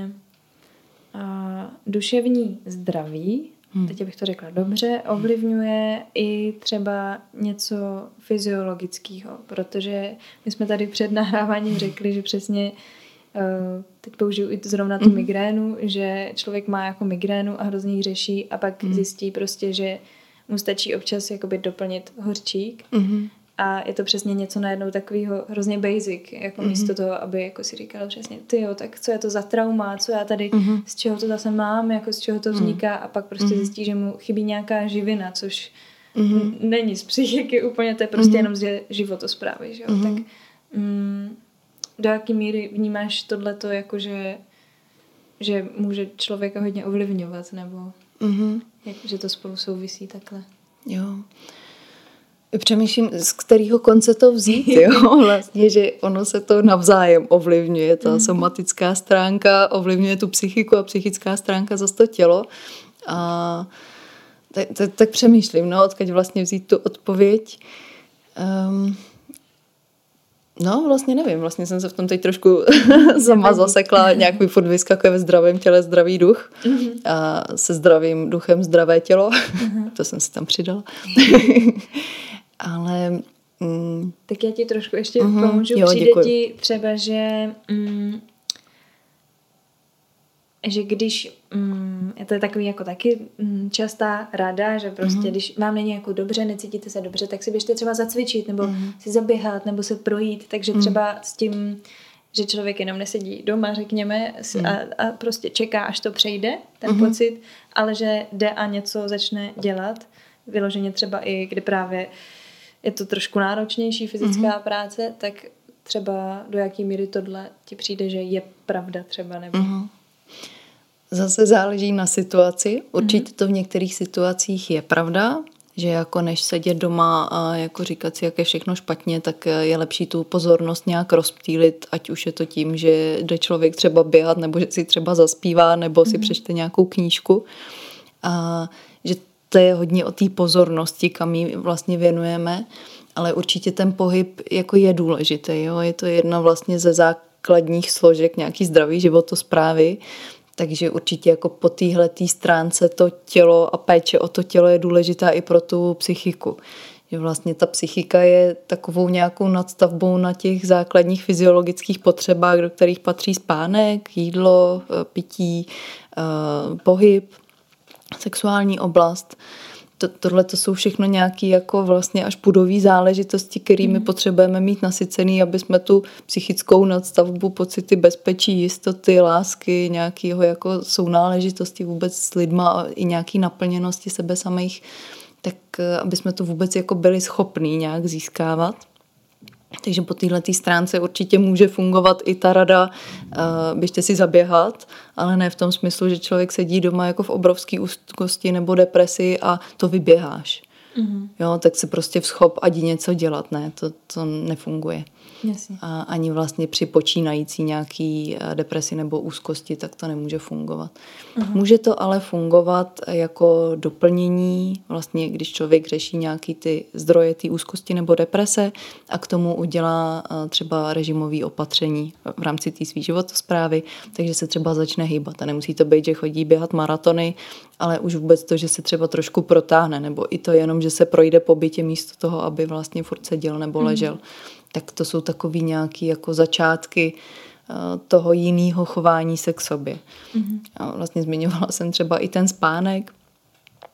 duševní zdraví, teď bych to řekla dobře, ovlivňuje i třeba něco fyziologického, protože my jsme tady před nahráváním řekli, že přesně teď použiju i zrovna tu migrénu, že člověk má jako migrénu a hrozně ji řeší a pak zjistí prostě, že mu stačí občas jakoby doplnit hořčík. A je to přesně něco najednou takového hrozně basic, jako místo toho, aby jako si říkal přesně, tyjo, tak co je to za trauma, co já tady, z čeho to zase mám, jako z čeho to vzniká a pak prostě zjistí, že mu chybí nějaká živina, což není z psychiky úplně, to je prostě jenom z životosprávy, že jo, tak do jaký míry vnímáš tohleto, jako že může člověka hodně ovlivňovat, nebo že to spolu souvisí takhle? Jo. Přemýšlím, z kterého konce to vzít, jo? Vlastně, že ono se to navzájem ovlivňuje, ta somatická stránka ovlivňuje tu psychiku a psychická stránka zase to tělo. A tak přemýšlím, odkud vlastně vzít tu odpověď. No, vlastně nevím, vlastně jsem se v tom teď trošku sama zasekla, nějak mi furt vyskakuje ve zdravém těle zdravý duch a se zdravým duchem zdravé tělo, to jsem si tam přidala. Ale... Tak já ti trošku ještě pomůžu. Přijde ti třeba, že když, to je takový jako taky častá rada, že prostě když vám není jako dobře, necítíte se dobře, tak si běžte třeba zacvičit, nebo si zaběhat, nebo se projít, takže třeba s tím, že člověk jenom nesedí doma, řekněme, a prostě čeká, až to přejde, ten pocit, ale že jde a něco začne dělat, vyloženě třeba i, kdy právě je to trošku náročnější fyzická práce, tak třeba do jaký míry tohle ti přijde, že je pravda třeba, nebo... Zase záleží na situaci. Určitě to v některých situacích je pravda, že jako než sedět doma a jako říkat si, jak je všechno špatně, tak je lepší tu pozornost nějak rozptýlit, ať už je to tím, že jde člověk třeba běhat, nebo že si třeba zaspívá, nebo si přečte nějakou knížku. A že to je hodně o té pozornosti, kam ji vlastně věnujeme, ale určitě ten pohyb jako je důležitý. Jo? Je to jedna vlastně ze základních složek nějaký zdravý životosprávy, takže určitě jako po téhletý stránce to tělo a péče o to tělo je důležitá i pro tu psychiku. Že vlastně ta psychika je takovou nějakou nadstavbou na těch základních fyziologických potřebách, do kterých patří spánek, jídlo, pití, pohyb, sexuální oblast. Tohle to jsou všechno nějaké jako vlastně až pudové záležitosti, kterými potřebujeme mít nasycený, aby jsme tu psychickou nadstavbu, pocity bezpečí, jistoty, lásky, nějakého jako sounáležitosti vůbec s lidma a i nějaký naplněnosti sebe samých, tak aby jsme to vůbec jako byli schopní nějak získávat. Takže po této stránce určitě může fungovat i ta rada, běžte si zaběhat, ale ne v tom smyslu, že člověk sedí doma jako v obrovské úzkosti nebo depresi a to vyběháš. Jo, tak se prostě vzchop a jdi něco dělat. Ne, to nefunguje. Jasně. A ani vlastně při počínající nějaký depresi nebo úzkosti, tak to nemůže fungovat. Může to ale fungovat jako doplnění, vlastně když člověk řeší nějaký ty zdroje té úzkosti nebo deprese a k tomu udělá třeba režimové opatření v rámci té svý životosprávy, takže se třeba začne hýbat. A nemusí to být, že chodí běhat maratony, ale už vůbec to, že se třeba trošku protáhne, nebo i to jenom, že se projde po bytě místo toho, aby vlastně furt seděl nebo ležel. Tak to jsou takový nějaký jako začátky toho jiného chování se k sobě. A vlastně zmiňovala jsem třeba i ten spánek,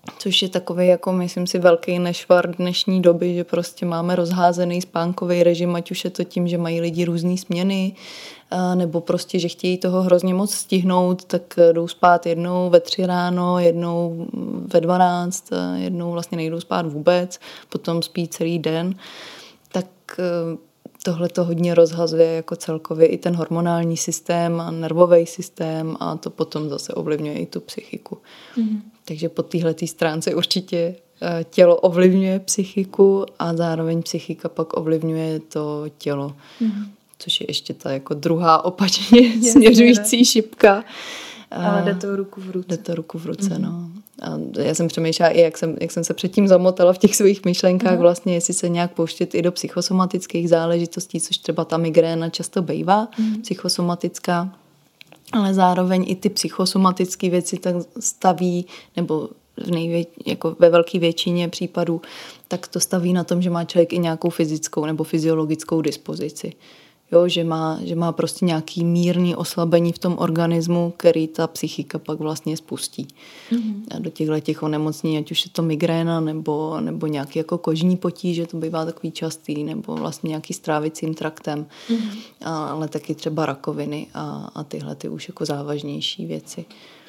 což je takový, jako myslím si, velký nešvar dnešní doby, že prostě máme rozházený spánkový režim, ať už je to tím, že mají lidi různý směny, nebo prostě, že chtějí toho hrozně moc stihnout, tak jdou spát jednou ve 3 ráno, jednou ve 12, jednou vlastně nejdou spát vůbec, potom spí celý den, tak tohle to hodně rozhazuje jako celkově i ten hormonální systém a nervový systém a to potom zase ovlivňuje i tu psychiku. Takže po téhletý stránce určitě tělo ovlivňuje psychiku a zároveň psychika pak ovlivňuje to tělo. Což je ještě ta jako druhá opačně směřující šipka. Ale jde to ruku v ruce. Jde to ruku v ruce, no. A já jsem přemýšlela i, jak jsem se předtím zamotala v těch svých myšlenkách, vlastně jestli se nějak pouštět i do psychosomatických záležitostí, což třeba ta migréna často bývá, psychosomatická, ale zároveň i ty psychosomatické věci tak staví, nebo jako ve velké většině případů, tak to staví na tom, že má člověk i nějakou fyzickou nebo fyziologickou dispozici. Jo, že má prostě nějaký mírný oslabení v tom organismu, který ta psychika pak vlastně spustí. A do těch onemocnění, ať už je to migréna nebo nějaký jako kožní potíže, to bývá takový častý, nebo vlastně nějaký s trávicím traktem, ale taky třeba rakoviny a tyhle ty už jako závažnější věci.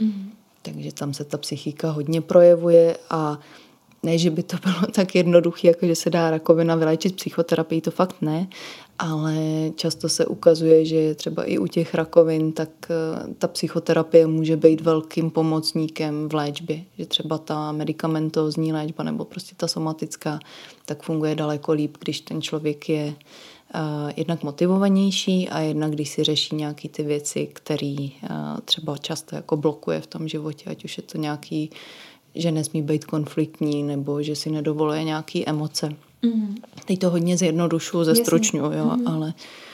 Takže tam se ta psychika hodně projevuje a ne, že by to bylo tak jednoduché, jako že se dá rakovina vyléčit psychoterapii, to fakt ne, ale často se ukazuje, že třeba i u těch rakovin, tak ta psychoterapie může být velkým pomocníkem v léčbě, že třeba ta medikamentózní léčba nebo prostě ta somatická, tak funguje daleko líp, když ten člověk je jednak motivovanější a jednak když si řeší nějaké ty věci, které třeba často jako blokuje v tom životě, ať už je to nějaký, že nesmí být konfliktní nebo že si nedovoluje nějaké emoce. Teď to hodně zjednodušuju, zestručňuju, jo, ale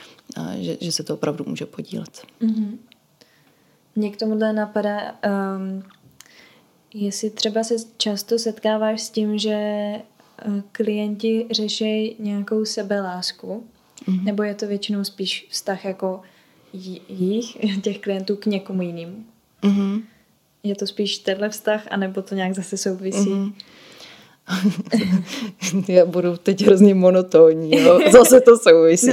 že se to opravdu může podílet. Mně k tomuhle napadá, jestli třeba se často setkáváš s tím, že klienti řeší nějakou sebelásku, nebo je to většinou spíš vztah jako těch klientů k někomu jinému? Je to spíš tenhle vztah, anebo to nějak zase souvisí? Já budu teď hrozně monotónní, jo. Zase to souvisí.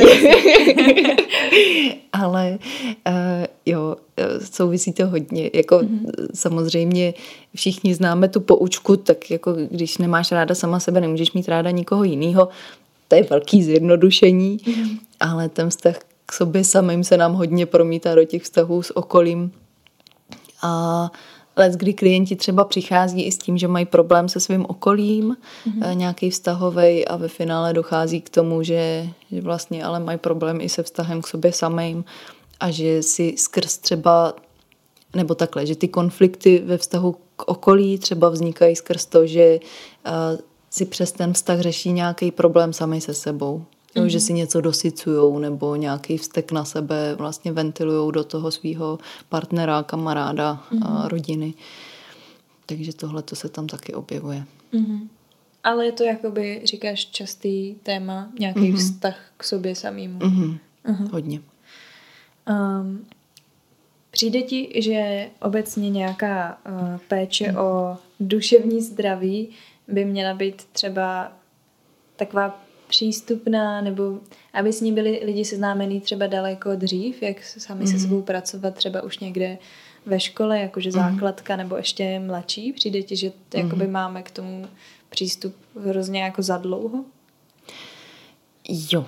Ale jo, souvisí to hodně. Jako samozřejmě všichni známe tu poučku, tak jako když nemáš ráda sama sebe, nemůžeš mít ráda nikoho jiného. To je velký zjednodušení, ale ten vztah k sobě samým se nám hodně promítá do těch vztahů s okolím. A kdy klienti třeba přichází i s tím, že mají problém se svým okolím, nějaký vztahovej a ve finále dochází k tomu, že vlastně ale mají problém i se vztahem k sobě samým a že si skrz třeba, nebo takhle, že ty konflikty ve vztahu k okolí třeba vznikají skrz to, že si přes ten vztah řeší nějaký problém sami se sebou. Jo, že si něco dosycujou nebo nějaký vztek na sebe vlastně ventilujou do toho svého partnera, kamaráda, rodiny. Takže tohle to se tam taky objevuje. Ale je to jakoby, říkáš, častý téma, nějaký vztah k sobě samému. Hodně. Přijde ti, že obecně nějaká péče o duševní zdraví by měla být třeba taková přístupná, nebo aby s ní byli lidi seznámení třeba daleko dřív, jak sami se sebou pracovat třeba už někde ve škole, jakože základka, nebo ještě mladší? Přijde ti, že jakoby máme k tomu přístup hrozně jako zadlouho? Jo.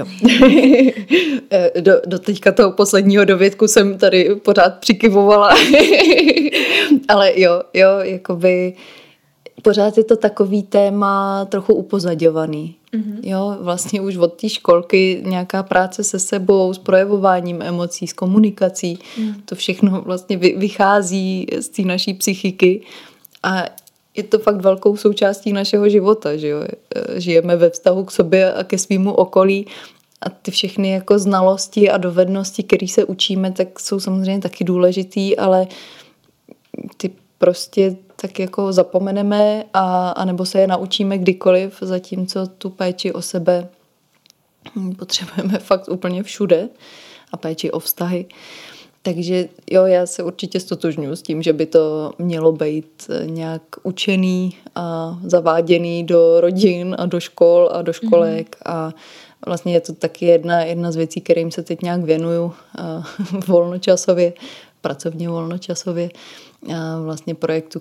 do teďka toho posledního dovědku jsem tady pořád přikyvovala. Ale jo, jakoby pořád je to takový téma trochu upozadňovaný. Jo, vlastně už od té školky nějaká práce se sebou, s projevováním emocí, s komunikací, to všechno vlastně vychází z té naší psychiky a je to fakt velkou součástí našeho života, že jo. Žijeme ve vztahu k sobě a ke svýmu okolí a ty všechny jako znalosti a dovednosti, které se učíme, tak jsou samozřejmě taky důležitý, ale ty prostě tak jako zapomeneme a nebo se je naučíme kdykoliv, zatímco tu péči o sebe potřebujeme fakt úplně všude a péči o vztahy. Takže jo, já se určitě stotožňuji s tím, že by to mělo být nějak učený a zaváděný do rodin a do škol a do školek a vlastně je to taky jedna z věcí, kterým se teď nějak věnuju volnočasově, pracovně volnočasově. Vlastně projektu,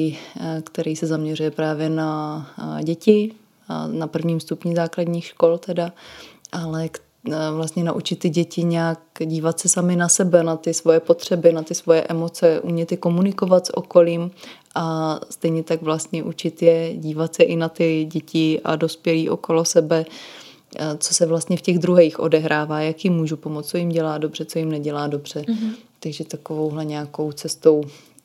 který se zaměřuje právě na děti, na prvním stupni základních škol teda, ale vlastně naučit ty děti nějak dívat se sami na sebe, na ty svoje potřeby, na ty svoje emoce, umět je komunikovat s okolím a stejně tak vlastně učit je dívat se i na ty děti a dospělí okolo sebe, co se vlastně v těch druhých odehrává, jak jim můžu pomoct, co jim dělá dobře, co jim nedělá dobře. Takže takovouhle nějakou cestou,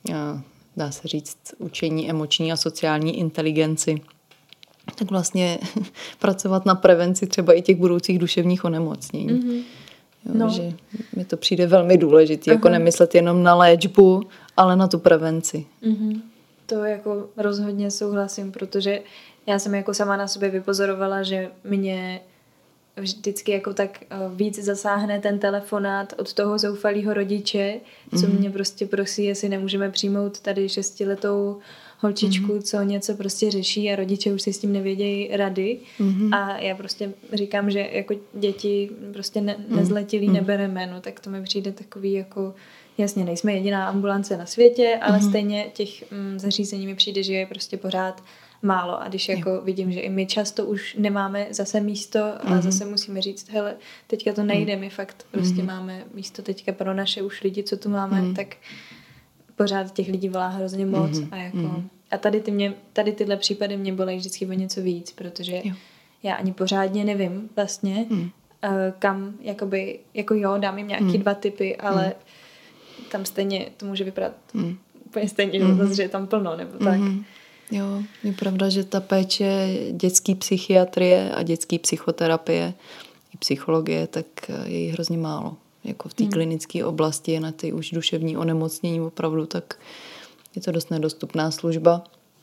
dá se říct, učení emoční a sociální inteligenci, tak vlastně pracovat na prevenci třeba i těch budoucích duševních onemocnění. Jo, že mi to přijde velmi důležité, jako nemyslet jenom na léčbu, ale na tu prevenci. To jako rozhodně souhlasím, protože já jsem jako sama na sobě vypozorovala, že mě vždycky jako tak víc zasáhne ten telefonát od toho zoufalého rodiče, co mě prostě prosí, jestli nemůžeme přijmout tady 6letou holčičku, co něco prostě řeší a rodiče už si s tím nevědějí rady. A já prostě říkám, že jako děti prostě nezletilí nebereme, no tak to mi přijde takový jako, jasně, nejsme jediná ambulance na světě, ale stejně těch zařízení mi přijde, že je prostě pořád málo a když jako vidím, že i my často už nemáme zase místo a zase musíme říct, hele, teďka to nejde, my fakt prostě máme místo teďka pro naše už lidi, co tu máme, tak pořád těch lidí volá hrozně moc a jako a tady tyhle případy mě bolej vždycky o něco víc, protože já ani pořádně nevím vlastně, kam jakoby, jako jo, dám jim nějaký 2 tipy, ale tam stejně to může vypadat úplně stejně, že je tam plno, nebo tak. Jo, je pravda, že ta péče dětské psychiatrie a dětské psychoterapie i psychologie, tak je jí hrozně málo. Jako v té klinické oblasti na ty už duševní onemocnění opravdu, tak je to dost nedostupná služba.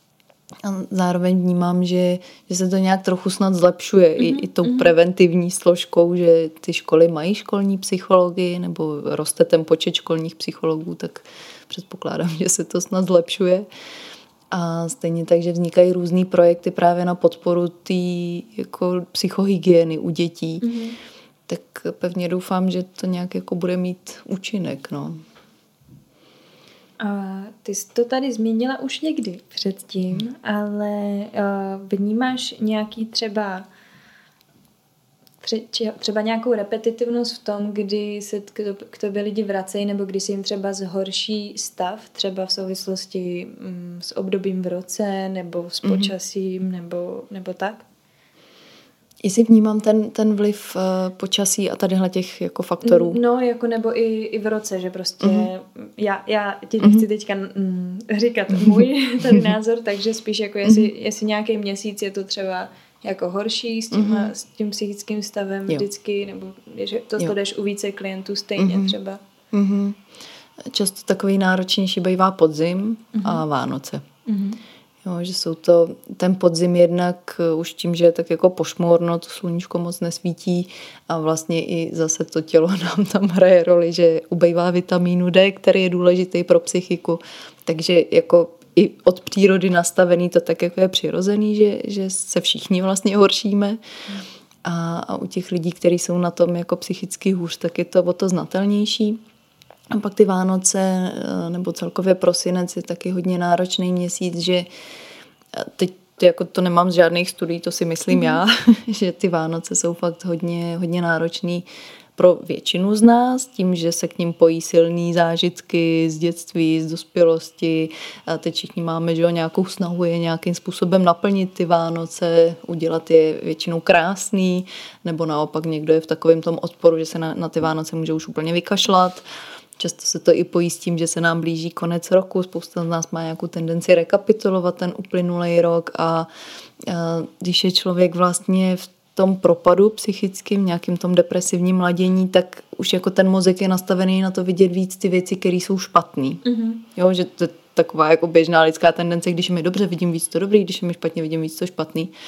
A zároveň vnímám, že se to nějak trochu snad zlepšuje i tou preventivní složkou, že ty školy mají školní psychologii nebo roste ten počet školních psychologů, tak předpokládám, že se to snad zlepšuje. A stejně tak, že vznikají různý projekty právě na podporu té jako psychohygieny u dětí. Tak pevně doufám, že to nějak jako bude mít účinek, no. Ty jsi to tady zmínila už někdy předtím, ale vnímáš nějaký třeba nějakou repetitivnost v tom, kdy se k tobě lidi vracejí, nebo kdy se jim třeba zhorší stav, třeba v souvislosti s obdobím v roce, nebo s počasím, nebo tak? Jestli vnímám ten vliv počasí a tadyhle těch jako faktorů. No, jako nebo i v roce, že prostě já ti nechci teďka říkat můj tady názor, takže spíš jako jestli nějaký měsíc je to třeba jako horší s tím psychickým stavem vždycky, nebo že to jdeš u více klientů stejně třeba. Často takový náročnější bývá podzim a Vánoce. Jo, že jsou to ten podzim jednak už tím, že je tak jako pošmorno, to sluníčko moc nesvítí a vlastně i zase to tělo nám tam hraje roli, že ubejvá vitamínu D, který je důležitý pro psychiku. Takže jako i od přírody nastavený to tak jako je přirozený, že se všichni vlastně horšíme. A u těch lidí, kteří jsou na tom jako psychicky hůř, tak je to o to znatelnější. A pak ty Vánoce nebo celkově prosinec je taky hodně náročný měsíc, že teď jako to nemám z žádných studií, to si myslím já, že ty Vánoce jsou fakt hodně náročný pro většinu z nás, tím, že se k ním pojí silný zážitky z dětství, z dospělosti. A teď všichni máme, že nějakou snahu je nějakým způsobem naplnit ty Vánoce, udělat je většinou krásný, nebo naopak někdo je v takovém tom odporu, že se na ty Vánoce může už úplně vykašlat. Často se to i pojí s tím, že se nám blíží konec roku, spousta z nás má nějakou tendenci rekapitulovat ten uplynulý rok a když je člověk vlastně v tom propadu psychickým, nějakým tom depresivním ladění, tak už jako ten mozek je nastavený na to vidět víc ty věci, které jsou špatný. Jo, že to je taková jako běžná lidská tendence, když je mi dobře, vidím víc to dobrý, když je mi špatně, vidím víc to špatný.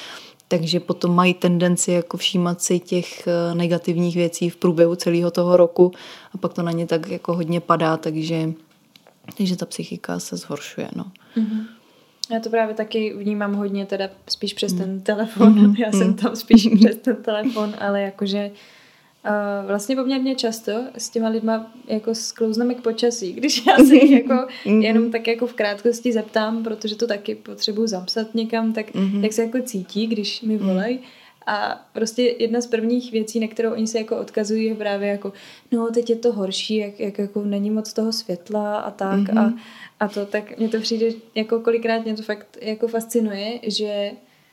Takže potom mají tendenci jako všímat si těch negativních věcí v průběhu celého toho roku a pak to na ně tak jako hodně padá, takže ta psychika se zhoršuje. No. Já to právě taky vnímám hodně teda spíš přes ten telefon. Já jsem tam spíš přes ten telefon, ale jakože vlastně poměrně často s těma lidma jako sklouzneme k počasí, když já se jich jako jenom tak jako v krátkosti zeptám, protože to taky potřebuji zapsat někam, tak jak se jako cítí, když mi volají. A prostě jedna z prvních věcí, na kterou oni se jako odkazují, je právě jako, no teď je to horší, jak jako není moc toho světla a tak a to, tak mně to přijde, jako kolikrát mě to fakt jako fascinuje, že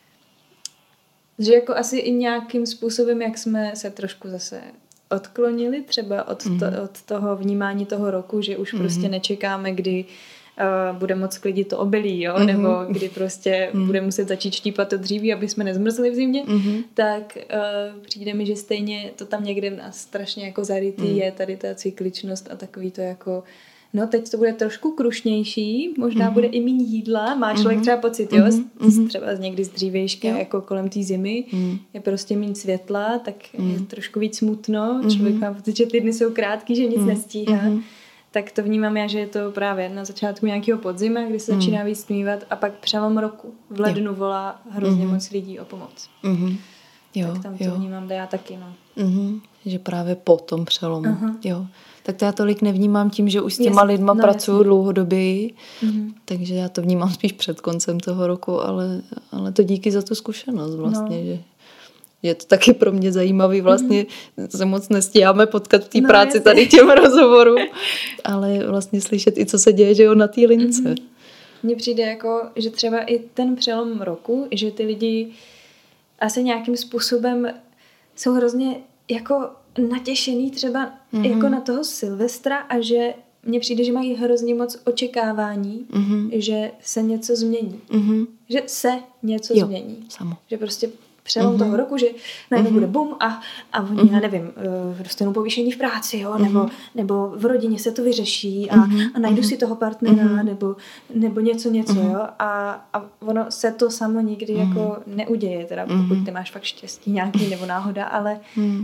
jako asi i nějakým způsobem, jak jsme se trošku zase odklonili třeba od toho vnímání toho roku, že už prostě nečekáme, kdy bude moc klidit to obilí, jo? Nebo kdy prostě bude muset začít štípat to dříví, aby jsme nezmrzli v zimě, tak přijde mi, že stejně to tam někde v nás strašně jako zarytý je tady ta cykličnost a takový to jako no teď to bude trošku krušnější, možná bude i méně jídla, má člověk třeba pocit, jo, třeba někdy z dřívějška, jako kolem té zimy, je prostě méně světla, tak je trošku víc smutno, člověk má pocit, že ty dny jsou krátký, že nic nestíhá, tak to vnímám já, že je to právě na začátku nějakého podzima, kdy se začíná víc stmívat a pak přelom roku. V lednu volá hrozně moc lidí o pomoc. Jo, tak tam to vnímám, já taky, no. Že právě po tom přelomu, jo. Tak to já tolik nevnímám tím, že už s těma lidma pracuju dlouhodoběji, takže já to vnímám spíš před koncem toho roku, ale to díky za tu zkušenost vlastně, že je to taky pro mě zajímavý, vlastně se moc nestíháme potkat v té práci tady těm rozhovorům, ale vlastně slyšet i co se děje, že jo, na té lince. Mně přijde jako, že třeba i ten přelom roku, že ty lidi asi nějakým způsobem jsou hrozně jako natěšený třeba jako na toho Silvestra a že mně přijde, že mají hrozně moc očekávání, že se něco změní. Že se něco změní. Samo. Že prostě přelom toho roku, že najednou bude bum a oni, já nevím, dostanou povýšení v práci, jo, nebo v rodině se to vyřeší a najdu si toho partnera, nebo něco, jo. A ono se to samo nikdy jako neuděje, teda pokud ty máš fakt štěstí nějaký nebo náhoda, ale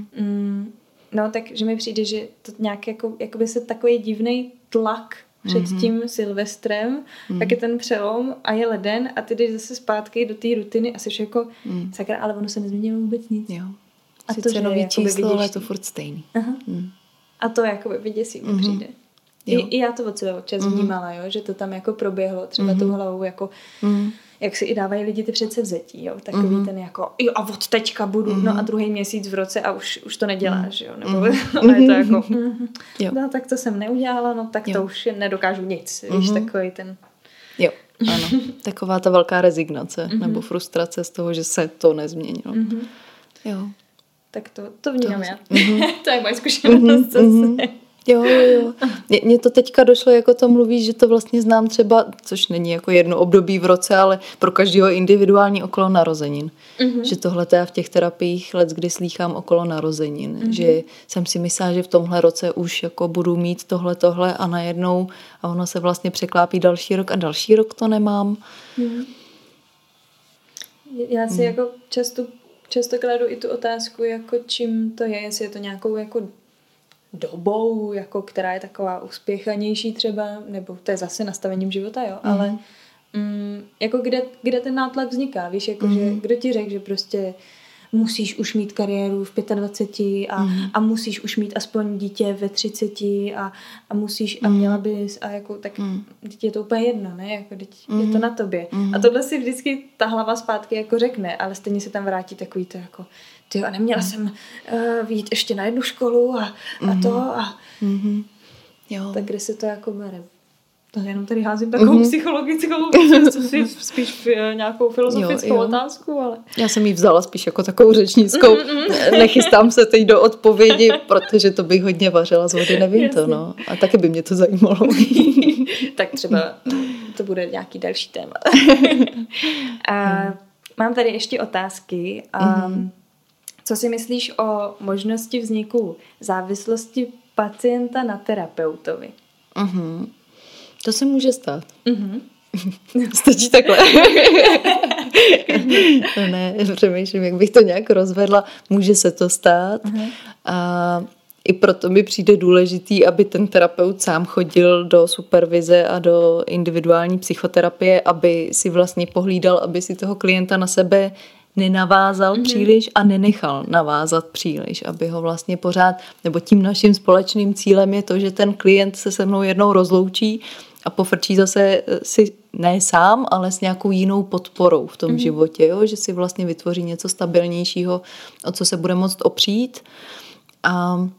no, takže mi přijde, že to nějak jako by se takový divný tlak před tím Silvestrem, tak je ten přelom a je leden a ty jdeš zase zpátky do té rutiny a jsi jako sakra, ale ono se nezměnilo vůbec nic. Jo. A sice to, že nový jakoby číslo, ale je to furt stejný. A to jakoby vyděsí mi přijde. I já to od sebe občas vnímala, jo, že to tam jako proběhlo třeba tou hlavou jako jak si i dávají lidi ty předsevzetí, jo, takový ten jako jo a od teďka budu, no a druhý měsíc v roce a už to neděláš, jo, nebo je to jako no tak to jsem neudělala, no tak to už nedokážu nic, víš, takový ten jo, ano, taková ta velká rezignace nebo frustrace z toho, že se to nezměnilo. Jo. Tak to vnímám já. To je moje zkušenost zase. Jo. Mně to teďka došlo, jako to mluvíš, že to vlastně znám třeba, což není jako jedno období v roce, ale pro každého individuální okolo narozenin. Že tohle já v těch terapiích leckdy slýchám okolo narozenin. Že jsem si myslela, že v tomhle roce už jako budu mít tohle a najednou a ono se vlastně překlápí další rok a další rok to nemám. Já si jako často kladu i tu otázku, jako čím to je, jestli je to nějakou jako dobou, jako která je taková uspěchanější třeba, nebo to je zase nastavením života, jo, ale jako kde ten nátlak vzniká, víš, jako že kdo ti řekl, že prostě musíš už mít kariéru v 25 a musíš už mít aspoň dítě ve 30 a musíš a měla bys a jako tak teď je to úplně jedno, ne, jako teď je to na tobě. A tohle si vždycky ta hlava zpátky jako řekne, ale stejně se tam vrátí takový to jako tyjo, a neměla jsem vyjít ještě na jednu školu a to a jo. tak kde se to jako bere. To jenom tady házím takovou psychologickou, spíš nějakou filozofickou otázku, ale... Já jsem ji vzala spíš jako takovou řečnickou. Nechystám se teď do odpovědi, protože to bych hodně vařila z vody, nevím to, no. A taky by mě to zajímalo. Tak třeba to bude nějaký další téma. Mám tady ještě otázky. Co si myslíš o možnosti vzniku závislosti pacienta na terapeutovi? To se může stát. Stačí takhle. Ne, přemýšlím, jak bych to nějak rozvedla. Může se to stát. A i proto mi přijde důležitý, aby ten terapeut sám chodil do supervize a do individuální psychoterapie, aby si vlastně pohlídal, aby si toho klienta na sebe nenavázal příliš a nenechal navázat příliš, aby ho vlastně pořád, nebo tím naším společným cílem je to, že ten klient se se mnou jednou rozloučí a pofrčí zase si ne sám, ale s nějakou jinou podporou v tom životě, jo? Že si vlastně vytvoří něco stabilnějšího, o co se bude moct opřít. A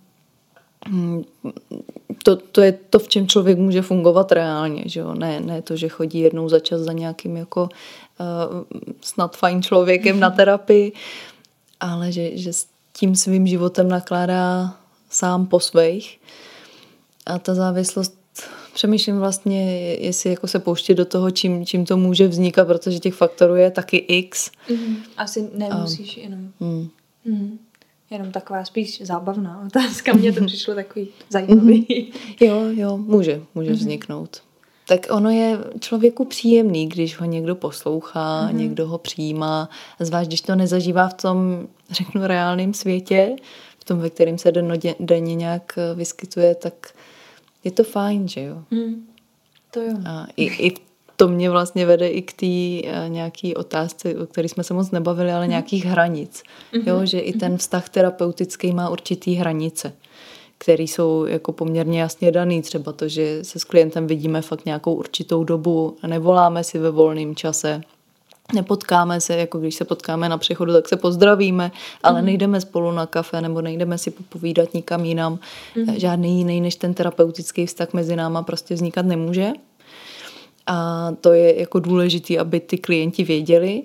to je to, v čem člověk může fungovat reálně, že jo? Ne to, že chodí jednou za čas za nějakým jako snad fajn člověkem na terapii, ale že s tím svým životem nakládá sám po svých. A ta závislost, přemýšlím vlastně, jestli jako se pouštět do toho, čím to může vznikat, protože těch faktorů je taky x. Asi nemusíš jenom. Jenom taková spíš zábavná otázka. Mně to přišlo takový zajímavý. Jo, může vzniknout. Tak ono je člověku příjemný, když ho někdo poslouchá, někdo ho přijímá, zvlášť když to nezažívá v tom, řeknu, reálném světě, v tom, ve kterém se denně nějak vyskytuje, tak je to fajn, že jo? To jo. A i to mě vlastně vede i k té nějaký otázce, o které jsme se moc nebavili, ale nějakých hranic. Jo, že i ten vztah terapeutický má určitý hranice, které jsou jako poměrně jasně daný. Třeba to, že se s klientem vidíme fakt nějakou určitou dobu, nevoláme si ve volném čase, nepotkáme se, jako když se potkáme na přechodu, tak se pozdravíme, ale nejdeme spolu na kafe nebo nejdeme si popovídat nikam jinam. Žádný jiný než ten terapeutický vztah mezi náma prostě vznikat nemůže. A to je jako důležité, aby ty klienti věděli.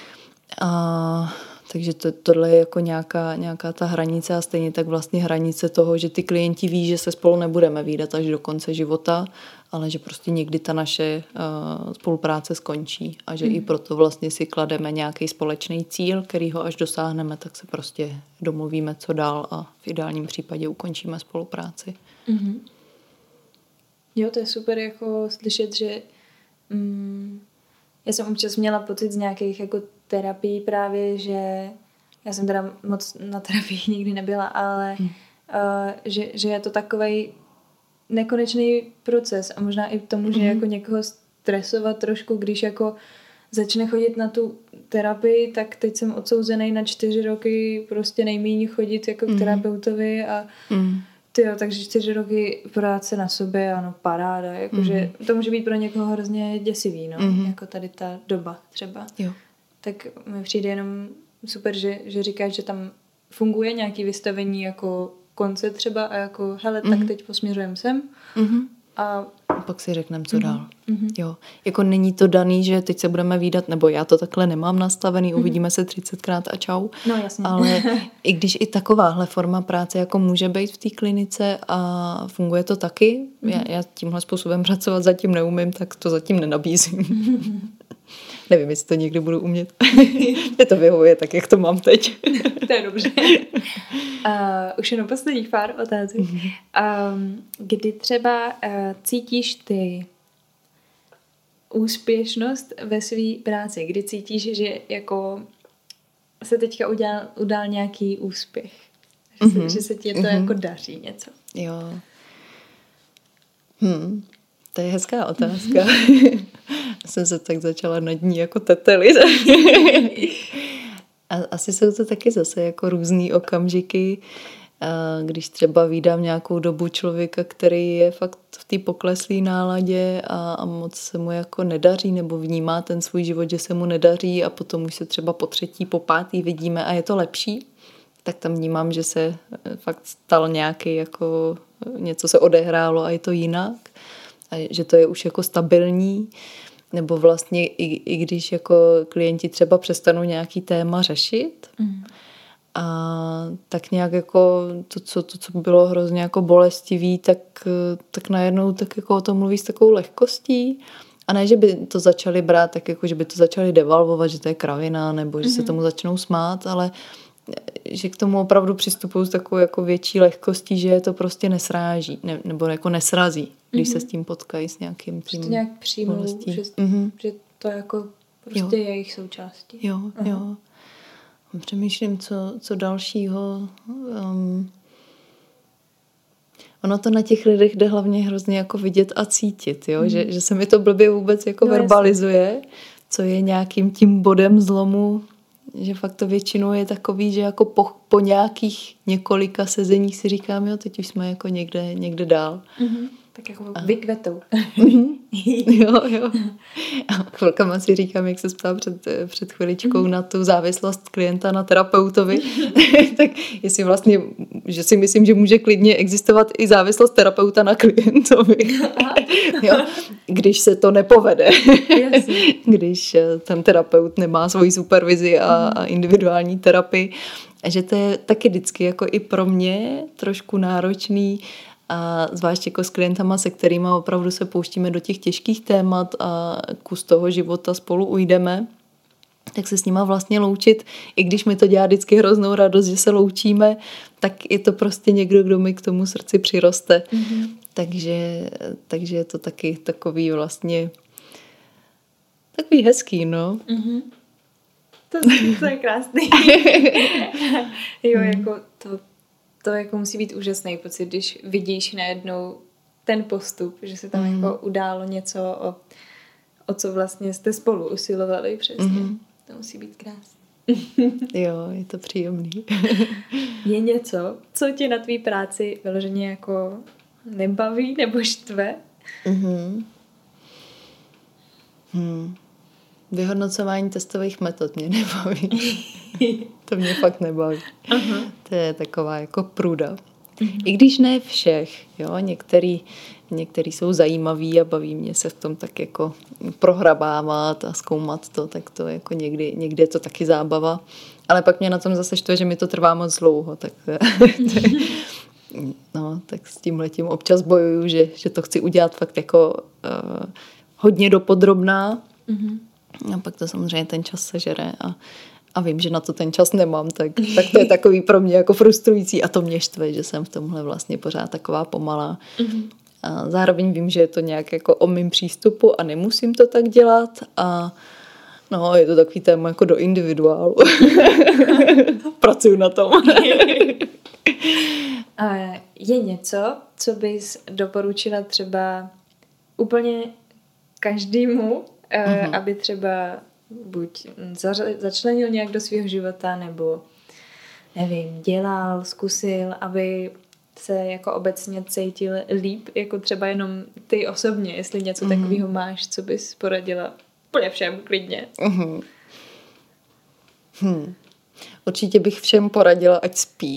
Takže tohle je jako nějaká ta hranice a stejně tak vlastně hranice toho, že ty klienti ví, že se spolu nebudeme vídat až do konce života, ale že prostě někdy ta naše spolupráce skončí a že i proto vlastně si klademe nějaký společný cíl, kterýho až dosáhneme, tak se prostě domluvíme, co dál a v ideálním případě ukončíme spolupráci. Jo, to je super jako slyšet, že já jsem občas měla pocit z nějakých jako terapií právě, že já jsem teda moc na terapii nikdy nebyla, ale že je to takovej nekonečný proces a možná i to může jako někoho stresovat trošku, když jako začne chodit na tu terapii, tak teď jsem odsouzený na 4 roky prostě nejméně chodit jako k terapeutovi a takže 4 roky práce na sobě, ano, paráda, jakože to může být pro někoho hrozně děsivý, no, jako tady ta doba třeba. Jo. Tak mi přijde jenom super, že říkáš, že tam funguje nějaký vystavení jako konce třeba a jako hele, tak teď posměřujeme sem a pak si řekneme, co dál. Jo. Jako není to daný, že teď se budeme vídat, nebo já to takhle nemám nastavený, uvidíme se 30krát a čau. No jasně. Ale i když i takováhle forma práce jako může být v té klinice a funguje to taky, já tímhle způsobem pracovat zatím neumím, tak to zatím nenabízím. Nevím, jestli to někdy budu umět. Mě to vyhovuje tak, jak to mám teď. To je dobře. Už jenom posledních pár otázek. Kdy třeba cítíš ty úspěšnost ve své práci? Kdy cítíš, že jako se teďka udál nějaký úspěch? Že se ti to jako daří něco? Jo. To je hezká otázka. Jsem se tak začala nad ní jako tetelit. A asi jsou to taky zase jako různý okamžiky, když třeba vídám nějakou dobu člověka, který je fakt v té pokleslé náladě a moc se mu jako nedaří, nebo vnímá ten svůj život, že se mu nedaří a potom už se třeba po 3., po 5. vidíme a je to lepší, tak tam vnímám, že se fakt stal nějaký jako něco se odehrálo a je to jinak. A že to je už jako stabilní, nebo vlastně i když jako klienti třeba přestanou nějaký téma řešit a tak nějak jako to, co bylo hrozně jako bolestivý, tak najednou tak jako o tom mluví s takovou lehkostí a ne, že by to začali brát tak jako, že by to začali devalvovat, že to je kravina, nebo že se tomu začnou smát, ale že k tomu opravdu přistupují s takovou jako větší lehkostí, že je to prostě nesráží, nebo jako nesrazí, když se s tím potkají s nějakým tím... Že to nějak přijmou, že to jako prostě je jejich součástí. Jo. Přemýšlím, co dalšího... Ono to na těch lidech jde hlavně hrozně jako vidět a cítit, jo? Že se mi to blbě vůbec jako verbalizuje, co je nějakým tím bodem zlomu, že fakt to většinou je takový, že jako po nějakých několika sezeních si říkám, jo, teď už jsme jako někde dál. Tak jako vykvetou. Jo. A chvilkama si říkám, jak se ptala před chviličkou na tu závislost klienta na terapeutovi, tak jestli vlastně, že si myslím, že může klidně existovat i závislost terapeuta na klientovi. Jo, když se to nepovede. Když ten terapeut nemá svoji supervizi a individuální terapii. A že to je taky vždycky jako i pro mě trošku náročný, a zvlášť jako s klientama, se kterými opravdu se pouštíme do těch těžkých témat a kus toho života spolu ujdeme, tak se s nima vlastně loučit, i když mi to dělá vždycky hroznou radost, že se loučíme, tak je to prostě někdo, kdo mi k tomu srdci přiroste. Takže je to taky takový vlastně takový hezký, no. To je krásný. Jo, jako to jako musí být úžasný pocit, když vidíš najednou ten postup, že se tam jako událo něco, o co vlastně jste spolu usilovali přesně. To musí být krásný. Jo, je to příjemný. Je něco, co tě na tvý práci vyloženě jako nebaví nebo štve? Vyhodnocování testových metod mě nebaví. To mě fakt nebaví. To je taková jako pruda. I když ne všech, jo, některý jsou zajímaví a baví mě se v tom tak jako prohrabávat a zkoumat to, tak to jako někdy je to taky zábava. Ale pak mě na tom zase štve, že mi to trvá moc dlouho, tak tak s tímhletím občas bojuju, že to chci udělat fakt jako hodně dopodrobná. A pak to samozřejmě ten čas sežere a vím, že na to ten čas nemám, tak to je takový pro mě jako frustrující a to mě štve, že jsem v tomhle vlastně pořád taková pomalá. A zároveň vím, že je to nějak jako o mým přístupu a nemusím to tak dělat a no, je to takový téma jako do individuálu. Pracuju na tom. A je něco, co bys doporučila třeba úplně každému, aby třeba buď začlenil nějak do svého života, nebo nevím, dělal, zkusil, aby se jako obecně cítil líp, jako třeba jenom ty osobně, jestli něco takového máš, co bys poradila úplně všem klidně. Určitě bych všem poradila, ať spí.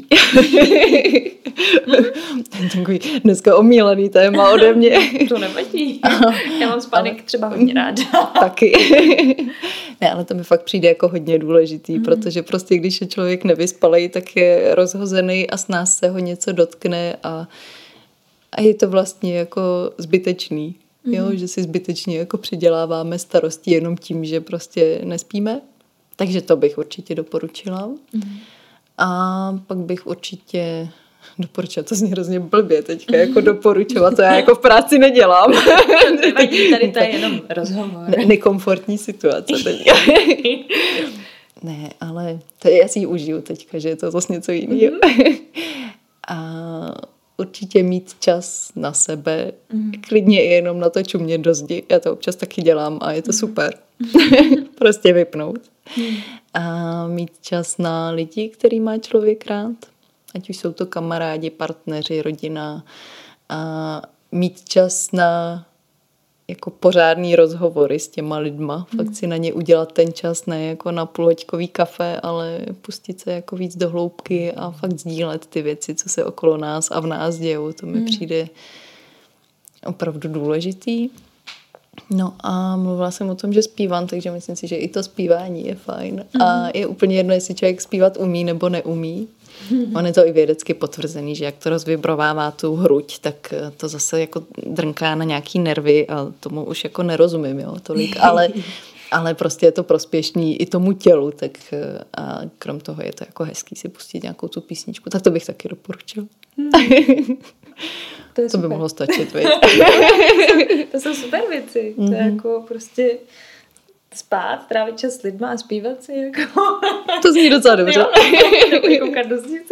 Takový dneska omílený téma ode mě. To nevadí. Já mám spánek třeba hodně ráda. Taky. Ne, ale to mi fakt přijde jako hodně důležitý, protože prostě když je člověk nevyspalej, tak je rozhozený a s nás se ho něco dotkne a je to vlastně jako zbytečný. Jo? Že si zbytečně jako přiděláváme starosti jenom tím, že prostě nespíme. Takže to bych určitě doporučila. A pak bych určitě doporučila, to zní hrozně blbě teďka, jako doporučovat, to já jako v práci nedělám. Tady to je jenom rozhovor. Nekomfortní situace teďka. Ne, ale to já si ji užiju teďka, že je to zase něco jiného. A určitě mít čas na sebe, klidně i jenom na to čumět do zdi. Já to občas taky dělám a je to super. Prostě vypnout. A mít čas na lidi, který má člověk rád. Ať už jsou to kamarádi, partneři, rodina. A mít čas na jako pořádný rozhovory s těma lidma. Fakt si na ně udělat ten čas, ne jako na půlhoďkový kafe, ale pustit se jako víc do hloubky a fakt sdílet ty věci, co se okolo nás a v nás dějou. To mi přijde opravdu důležitý. No a mluvila jsem o tom, že zpívám, takže myslím si, že i to zpívání je fajn. A je úplně jedno, jestli člověk zpívat umí nebo neumí. On je to i vědecky potvrzený, že jak to rozvibrovává tu hruď, tak to zase jako drnká na nějaký nervy a tomu už jako nerozumím, jo, tolik, ale prostě je to prospěšný i tomu tělu, tak a krom toho je to jako hezký si pustit nějakou tu písničku, tak to bych taky doporučil. To by mohlo stačit, viď? To jsou super věci. To je jako prostě spát, trávit čas s lidma a zpívat si jako... To zní docela dobře. Nebo koukat do znice.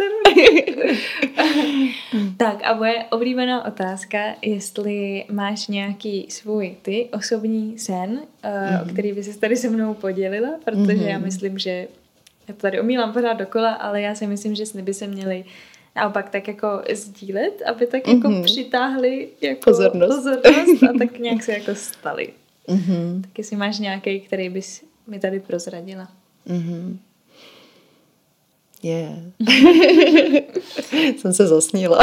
Tak a moje oblíbená otázka, jestli máš nějaký svůj ty osobní sen, o který by ses tady se mnou podělila, protože já myslím, že já to tady omílám pořád dokola, ale já si myslím, že sny by se měly naopak tak jako sdílet, aby tak jako přitáhli jako pozornost a tak nějak se jako staly. Tak jestli máš nějaký, který bys mi tady prozradila. Jsem se zasnila.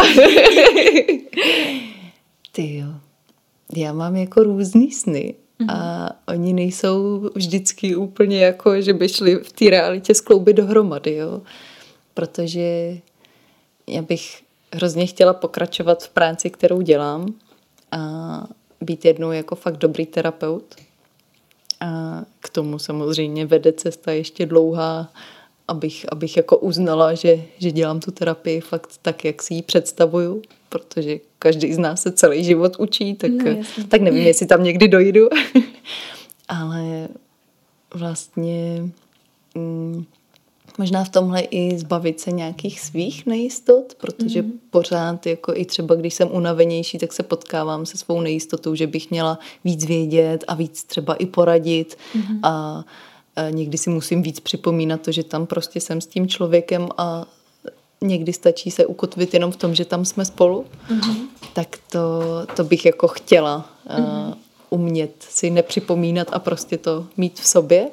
Tyjo. Já mám jako různý sny a oni nejsou vždycky úplně jako, že by šli v té realitě skloubit dohromady, jo. Protože já bych hrozně chtěla pokračovat v práci, kterou dělám a být jednou jako fakt dobrý terapeut. A k tomu samozřejmě vede cesta ještě dlouhá, abych jako uznala, že dělám tu terapii fakt tak, jak si ji představuju, protože každý z nás se celý život učí, tak nevím, jestli tam někdy dojdu. Ale vlastně možná v tomhle i zbavit se nějakých svých nejistot, protože pořád, jako i třeba když jsem unavenější, tak se potkávám se svou nejistotou, že bych měla víc vědět a víc třeba i poradit a někdy si musím víc připomínat to, že tam prostě jsem s tím člověkem a někdy stačí se ukotvit jenom v tom, že tam jsme spolu. Tak to bych jako chtěla umět si nepřipomínat a prostě to mít v sobě.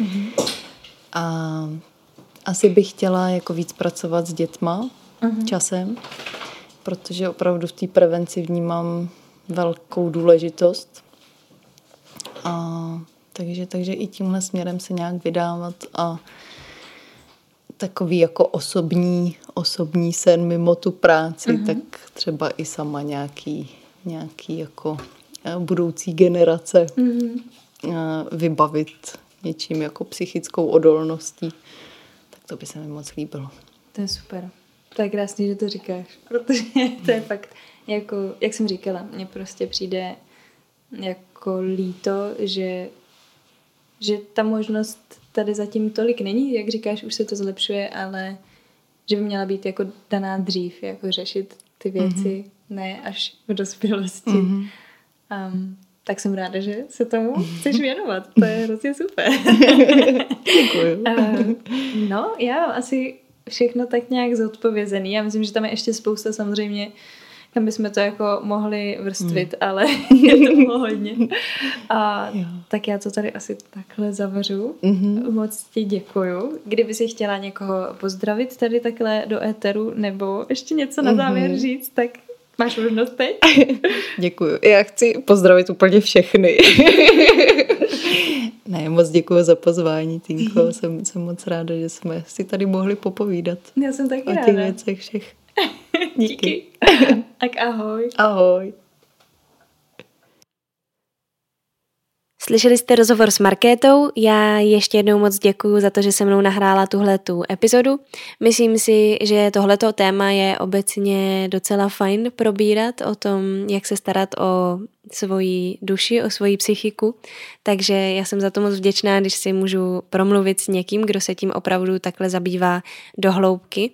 A asi bych chtěla jako víc pracovat s dětma časem, protože opravdu v té prevenci vnímám velkou důležitost. Takže i tímhle směrem se nějak vydávat a takový jako osobní sen mimo tu práci, tak třeba i sama nějaký jako budoucí generace vybavit něčím jako psychickou odolností. Tak to by se mi moc líbilo. To je super. To je krásný, že to říkáš, protože to je fakt, jako, jak jsem říkala, mně prostě přijde jako líto, že ta možnost tady zatím tolik není, jak říkáš, už se to zlepšuje, ale že by měla být jako daná dřív, jako řešit ty věci, ne až v dospělosti. Tak jsem ráda, že se tomu chceš věnovat. To je hrozně super. Děkuju. No, já mám asi všechno tak nějak zodpovězený. Já myslím, že tam je ještě spousta samozřejmě, kam bychom to jako mohli vrstvit, ale je toho hodně. Tak já to tady asi takhle zavařu. Moc ti děkuju. Kdyby si chtěla někoho pozdravit tady takhle do éteru, nebo ještě něco na závěr říct, tak máš možnost teď? Děkuju. Já chci pozdravit úplně všechny. Ne, moc děkuju za pozvání, Tinko. Jsem moc ráda, že jsme si tady mohli popovídat. Já jsem taky ráda. O těch věcech všech. Díky. Tak ahoj. Ahoj. Slyšeli jste rozhovor s Markétou, já ještě jednou moc děkuju za to, že se mnou nahrála tuhletu epizodu. Myslím si, že tohleto téma je obecně docela fajn probírat o tom, jak se starat o svoji duši, o svoji psychiku, takže já jsem za to moc vděčná, když si můžu promluvit s někým, kdo se tím opravdu takhle zabývá do hloubky.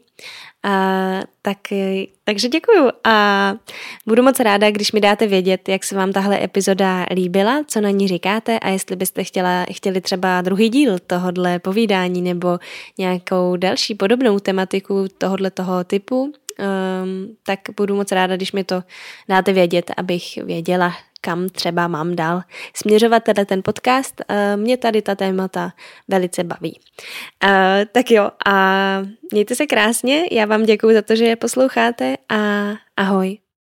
Takže děkuju a budu moc ráda, když mi dáte vědět, jak se vám tahle epizoda líbila, co na ní říkáte a jestli byste chtěli třeba druhý díl tohodle povídání nebo nějakou další podobnou tematiku tohoto typu, tak budu moc ráda, když mi to dáte vědět, abych věděla, kam třeba mám dál směřovat ten podcast. Mě tady ta témata velice baví. Tak jo, a mějte se krásně, já vám děkuju za to, že je posloucháte a ahoj.